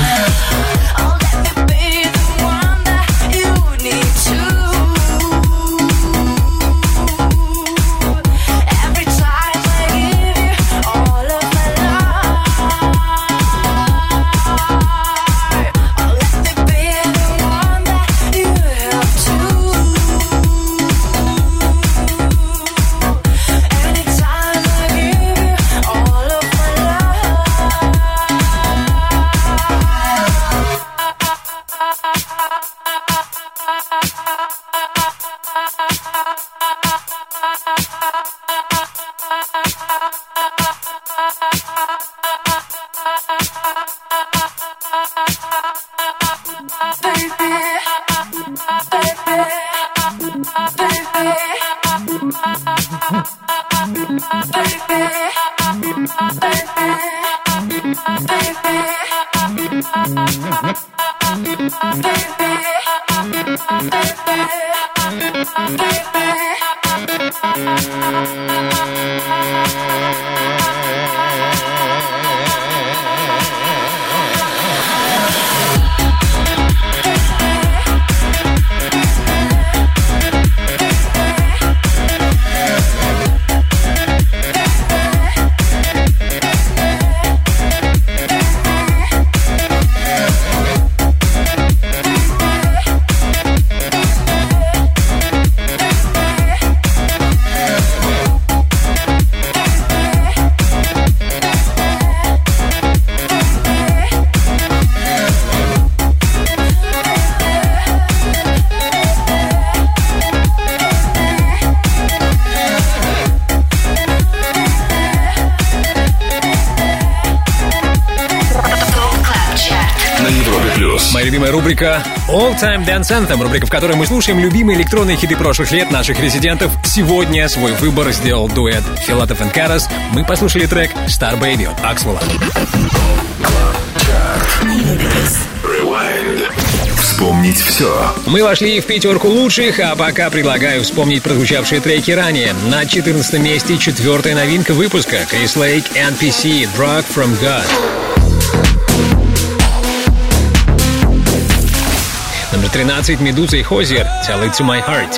Моя любимая рубрика All Time Dance Anthem, рубрика, в которой мы слушаем любимые электронные хиты прошлых лет наших резидентов. Сегодня свой выбор сделал дуэт Филатов и Карас. Мы послушали трек Star Baby от Axwell. Вспомнить все. Мы вошли в 5 лучших, а пока предлагаю вспомнить прозвучавшие треки ранее. На 14 месте 4-я новинка выпуска Крис Лейк, NPC, Drug from God. Номер 13 Медуза и Хозер, Tell It To My Heart.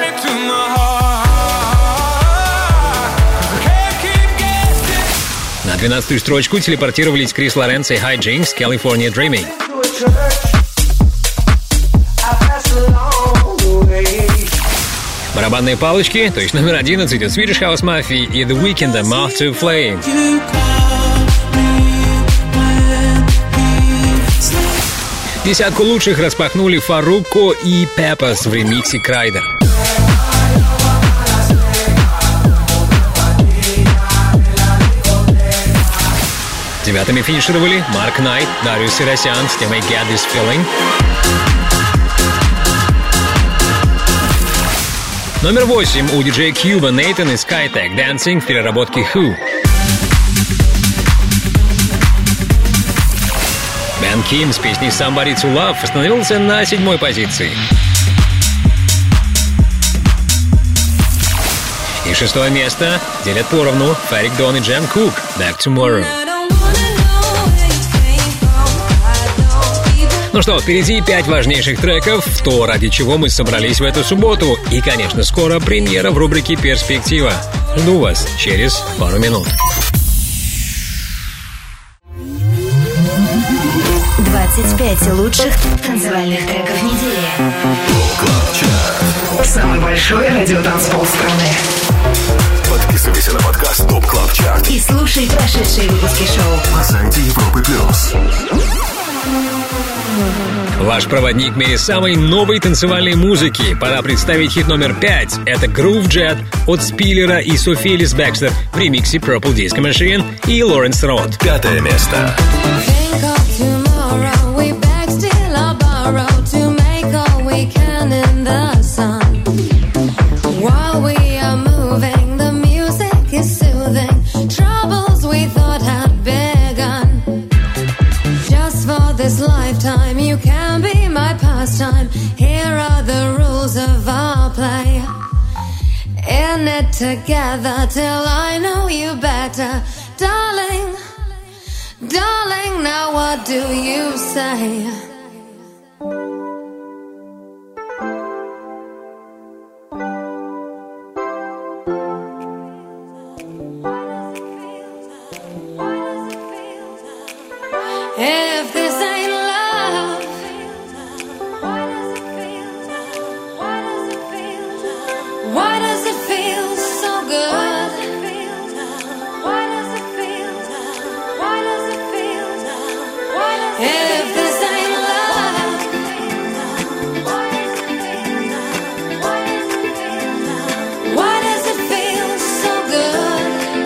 На 12-ю строчку телепортировались Крис Лоренс и High Jinx, California Dreaming. Барабанные палочки, то есть номер 11 от Swedish House Mafia и The Weeknd Moth to Flame. Десятку лучших распахнули Фарруко и Peppers в ремиксе Крайдер. Девятыми финишировали Марк Найт, Дариус Сиросян с темой Get This Feeling. Номер 8 у диджея Кьюба Нейтан и Skytech Dancing в переработке Who. Бен Ким с песней Somebody to Love остановился на 7-й позиции. И 6-е место делят поровну Ферик Дон и Джем Кук Back Tomorrow. Ну что, впереди 5 важнейших треков, то, ради чего мы собрались в эту субботу. И, конечно, скоро премьера в рубрике «Перспектива». Жду вас через пару минут. 25 лучших танцевальных треков недели. Самый большой радиотанцпол страны. Подписывайся на подкаст Топ Клаб Чарт И слушай прошедшие выпуски шоу на сайте Европы Плюс. Ваш проводник в мире самой новой танцевальной музыки. Пора представить хит номер 5. Это Groove Jet от Спиллера и Софи Элис Бекстер в ремиксе Purple Disco Machine и Лоренс Рот. 5-е место. This lifetime, you can be my pastime. Here are the rules of our play. In it together till I know you better, darling. Darling, now what do you say? If this ain't love, why does it feel so good? If this ain't love, why does it feel so good?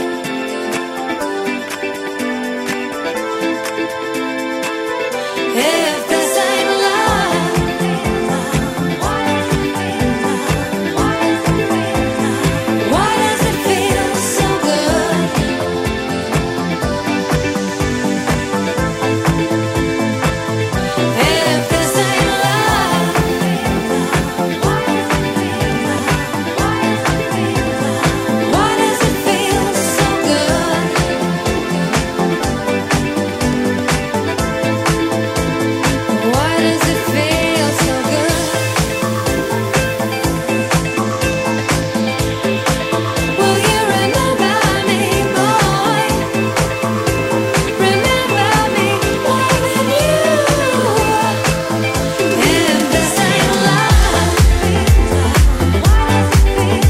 If this ain't love, why does it feel so good? If this ain't love, why does it feel so good? Why does it feel so good? Will you remember me, boy? Remember me more than you. If this ain't love, why does it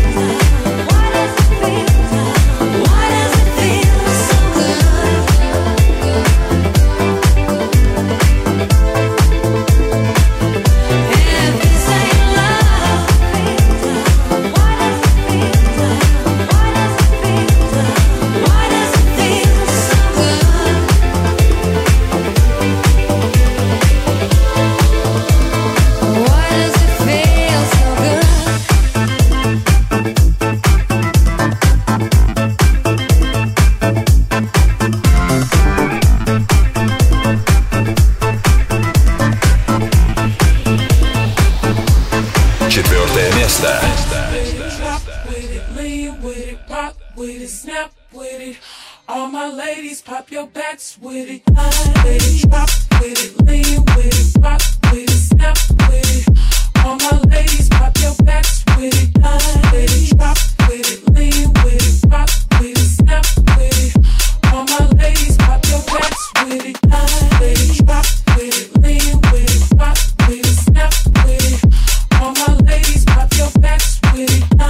feel so good? If this ain't love, why does it feel so good? Why does it feel so good? Четвертое место. Drop with it, lean with it, rock with it, snap with it. All my ladies, pop your backs with it. Line with it, drop with it, lean with it, rock with it, snap with it. All my ladies, pop your backs with it. Line with it, drop with it, lean with it, rock with it, snap with it. All my ladies, pop your backs with it. Line with it, drop with it, lean with it, rock with it, snap with it. All my ladies, pop your backs with it.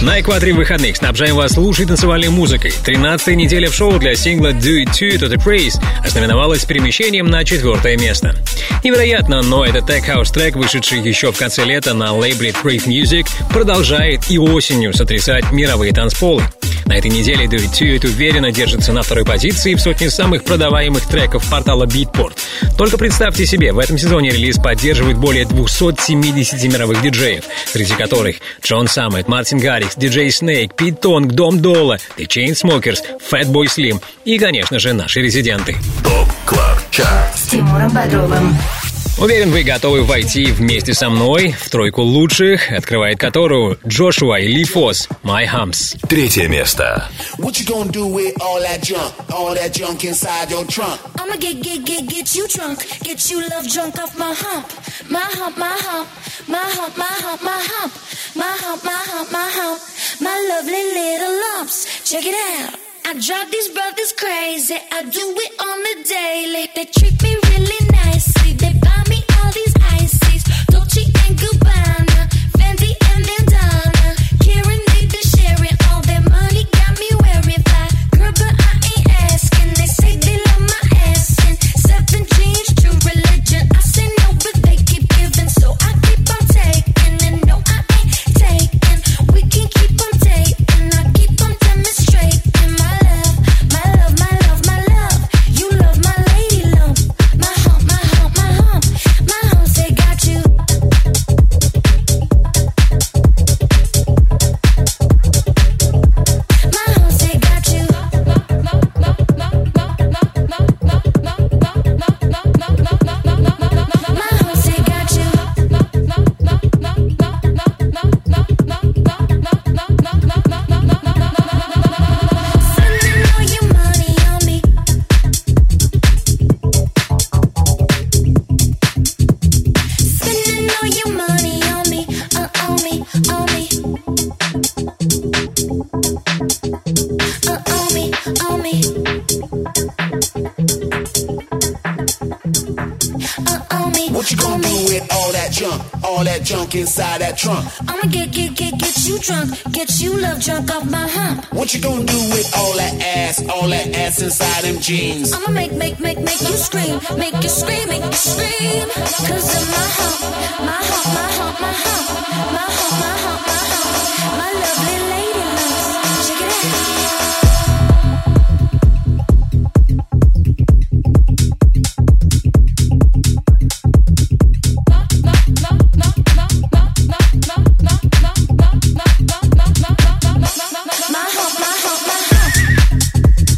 На экваторе выходных снабжаем вас лучшей танцевальной музыкой. 13-я неделя в шоу для сингла Do It To The Praise ознаменовалась перемещением на 4-е место. Невероятно, но этот тег-хаус-трек, вышедший еще в конце лета на лейбле Brave Music, продолжает и осенью сотрясать мировые танцполы. На этой неделе Do It To It уверенно держится на второй позиции в сотне самых продаваемых треков портала Beatport. Только представьте себе, в этом сезоне релиз поддерживает более 270 мировых диджеев, среди которых Джон Саммет, Мартин Гаррикс, диджей Snake, Пит Тонг, Дом Дола, The Chainsmokers, Fatboy Slim и, конечно же, наши резиденты. ТОП КЛАБ ЧАРТ С Тимуром Бодровым. Уверен, вы готовы войти вместе со мной в тройку лучших, открывает которую Джошуа и Ли Фос «My Humps». 3 место. What you gonna do with all that junk inside your trunk? I'ma get you drunk, get you love drunk off my hump, my hump, my hump, my hump, my hump, my hump, my hump, my hump, my hump, my lovely little lumps. Check it out. I drive these brothers crazy. I do it on the daily. They treat me really nicely. They buy me all these ices, Dolce and Gabbana, Fendi and Bandana. Karen, they be sharing all their money, got me wearing fly. Girl, but I ain't asking. They say they love my ass and 7 jeans, true religion. I say no, but they keep giving, so I keep on taking. And no, I ain't taking. We can keep on dating. I keep on demonstrating my love, my love, my love, my love. You love my lady lump, my hump, my hump, my hump, my humps. They got you. My humps, they got you. My humps, they got you. Spending all your money on me. Spending all your money on me, on me, on me. On me, on me. On me. What you gonna do with all that junk inside that trunk? I'ma get you drunk, get you love drunk off my hump. What you gonna do with all that ass inside them jeans? I'ma make you scream, make you scream, make you scream. 'Cause of my hump, my hump, my hump, my hump, my hump, my hump, my hump, my lovely lady loves. Check it out. My hump, my hump, my hump.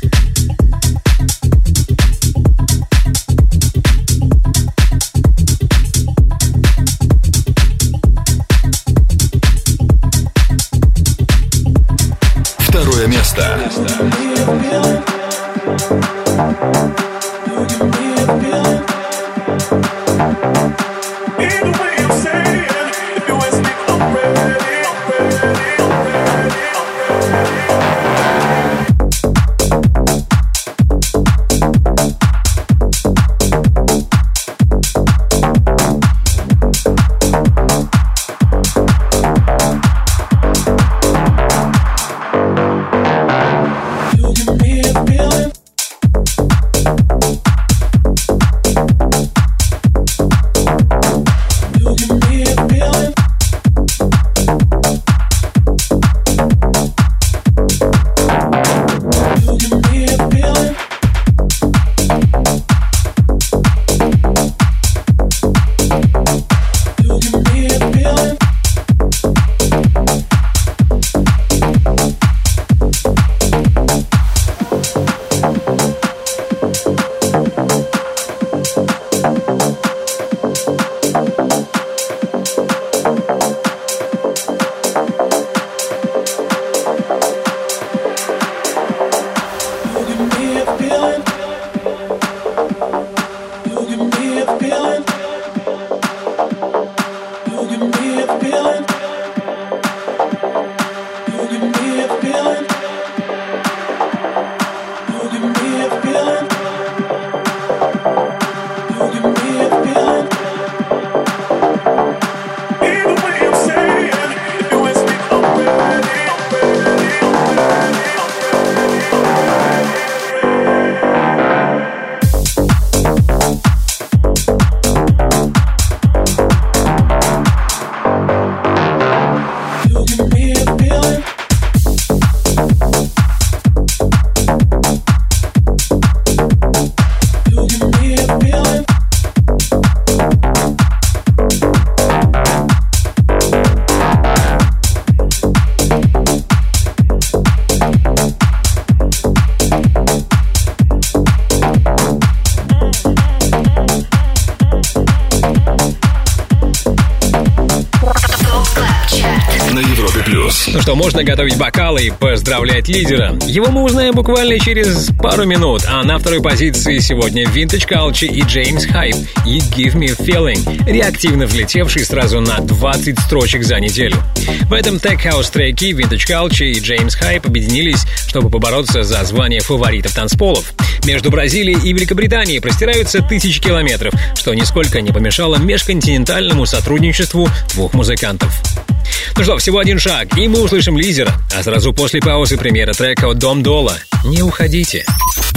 Ну что, можно готовить бокалы и поздравлять лидера. Его мы узнаем буквально через пару минут. А на второй позиции сегодня Vintage Culture и James Hype и Give Me Feeling, реактивно влетевший сразу на 20 строчек за неделю. В этом тег-хаус треке Vintage Culture и James Hype объединились, чтобы побороться за звание фаворитов танцполов. Между Бразилией и Великобританией простираются тысячи километров, что нисколько не помешало межконтинентальному сотрудничеству двух музыкантов. Ну что, всего один шаг, и мы услышим лидера, а сразу после паузы премьера трека от Дом Дола. Не уходите.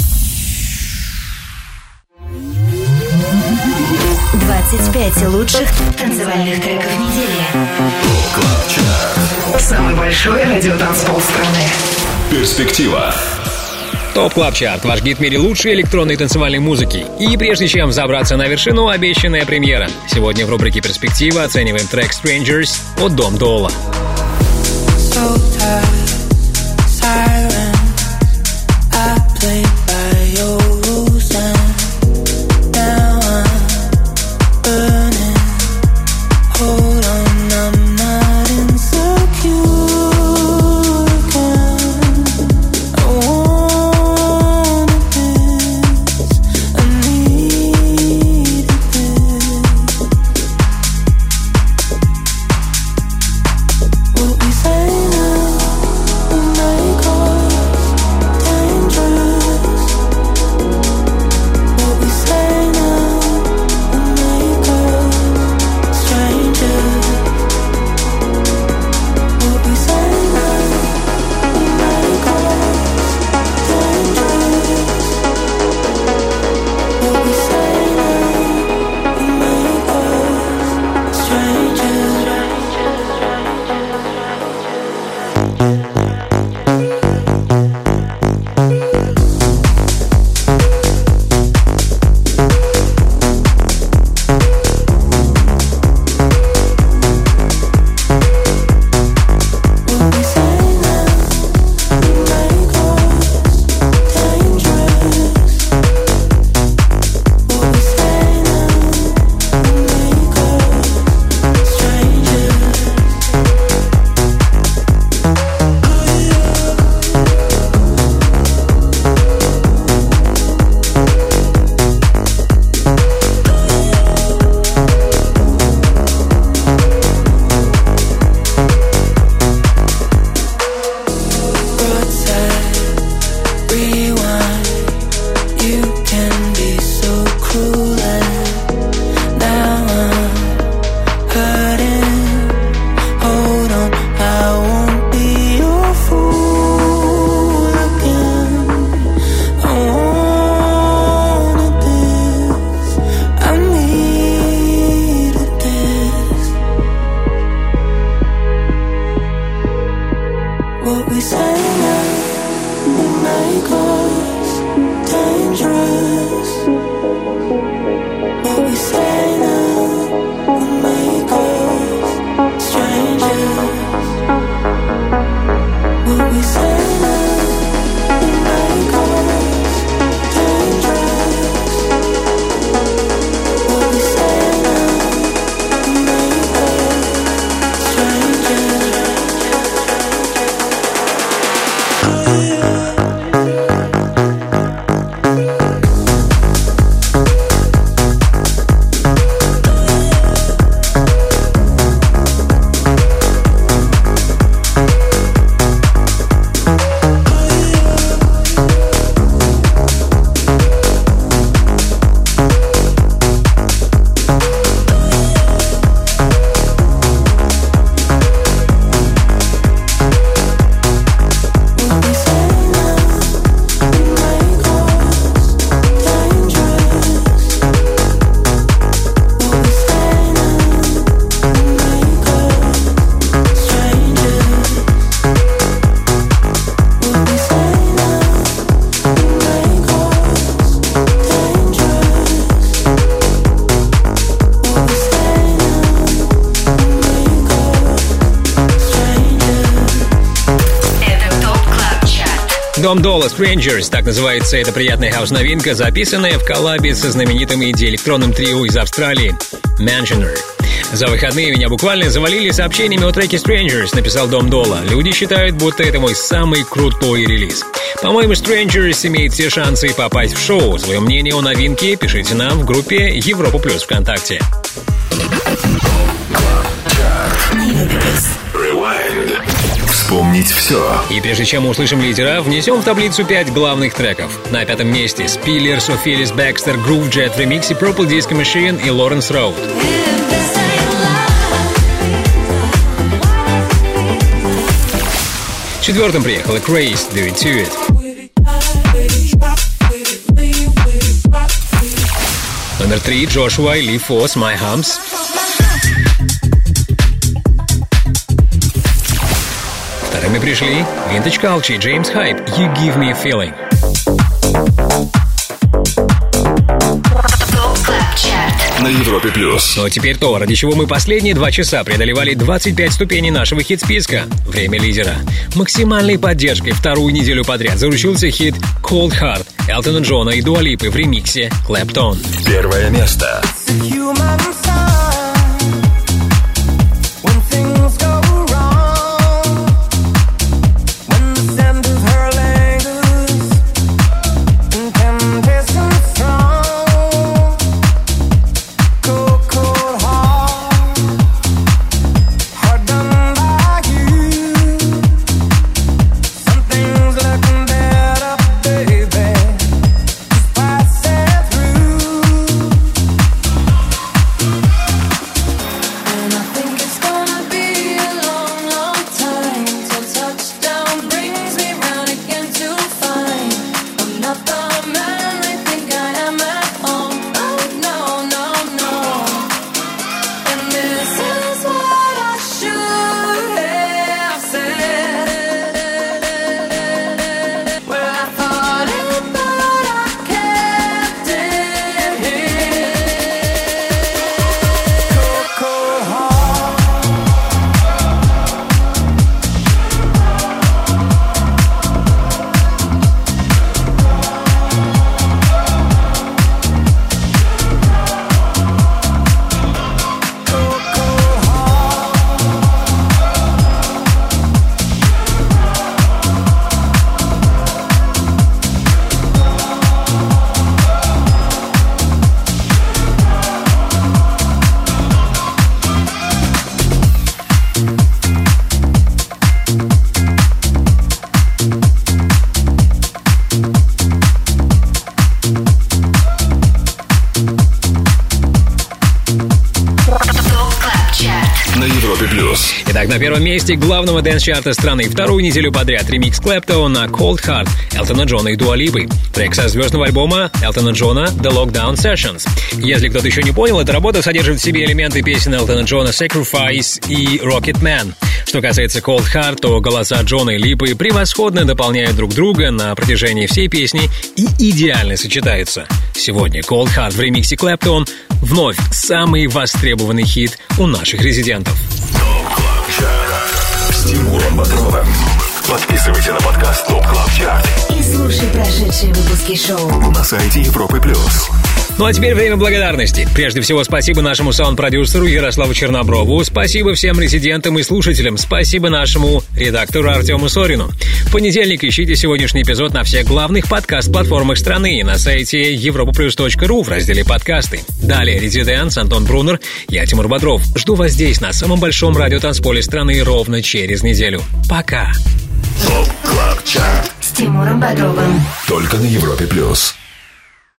25 лучших танцевальных треков недели. Самый большой радиотанцпол страны. Перспектива. ТОП Клаб Чарт, ваш гид в мире лучшей электронной танцевальной музыки. И прежде чем забраться на вершину, обещанная премьера. Сегодня в рубрике «Перспектива» оцениваем трек «Strangers» от Дом Дола. Дом Дола Strangers, так называется эта приятная хаус-новинка, записанная в коллабе со знаменитым инди-электронным трио из Австралии Mansioner. За выходные меня буквально завалили сообщениями о треке Strangers, написал Дом Дола. Люди считают, будто это мой самый крутой релиз. По-моему, Strangers имеет все шансы попасть в шоу. Свое мнение о новинке пишите нам в группе Европа Плюс ВКонтакте. Rewind. Вспомнить все. И прежде чем мы услышим лидера, внесем в таблицу 5 главных треков. На 5-м месте Spillers, Ophelis Baxter, Groove Jet в ремиксе Purple Disco Machine и Lawrence Road. В 4-м приехала Craze, Do It To It. Номер 3 Joshua и Lee Foss, My Humps. Вторыми пришли Vintage Culture, James Hype, You Give Me a Feeling. На Европе Плюс. Ну а теперь то, ради чего мы последние 2 часа преодолевали 25 ступеней нашего хит-списка. Время лидера. Максимальной поддержкой вторую неделю подряд заручился хит Cold Heart Элтона Джона и Дуа Липы в ремиксе Clapton. Первое место. Итак, на первом месте главного дэнс-чарта страны вторую неделю подряд ремикс Clapton на Cold Heart Элтона Джона и Дуа Липы. Трек со звездного альбома Элтона Джона The Lockdown Sessions. Если кто-то еще не понял, эта работа содержит в себе элементы песен Элтона Джона Sacrifice и Rocket Man. Что касается Cold Heart, то голоса Джона и Липы превосходно дополняют друг друга на протяжении всей песни и идеально сочетаются. Сегодня Cold Heart в ремиксе Clapton вновь самый востребованный хит у наших резидентов. С Тимуром Бодровым. Подписывайся на подкаст Топ Клаб Чарт И слушай прошедшие выпуски шоу на сайте Европы Плюс. Ну а теперь время благодарности. Прежде всего, спасибо нашему саунд-продюсеру Ярославу Черноброву, спасибо всем резидентам и слушателям, спасибо нашему редактору Артему Сорину. В понедельник ищите сегодняшний эпизод на всех главных подкаст-платформах страны и на сайте europaplus.ru в разделе «Подкасты». Далее «Резиденс», Антон Брунер, я Тимур Бодров. Жду вас здесь, на самом большом радиотанцполе страны, ровно через неделю. Пока! Топ Клаб Чарт с Тимуром Бодровым. только на Европе Плюс.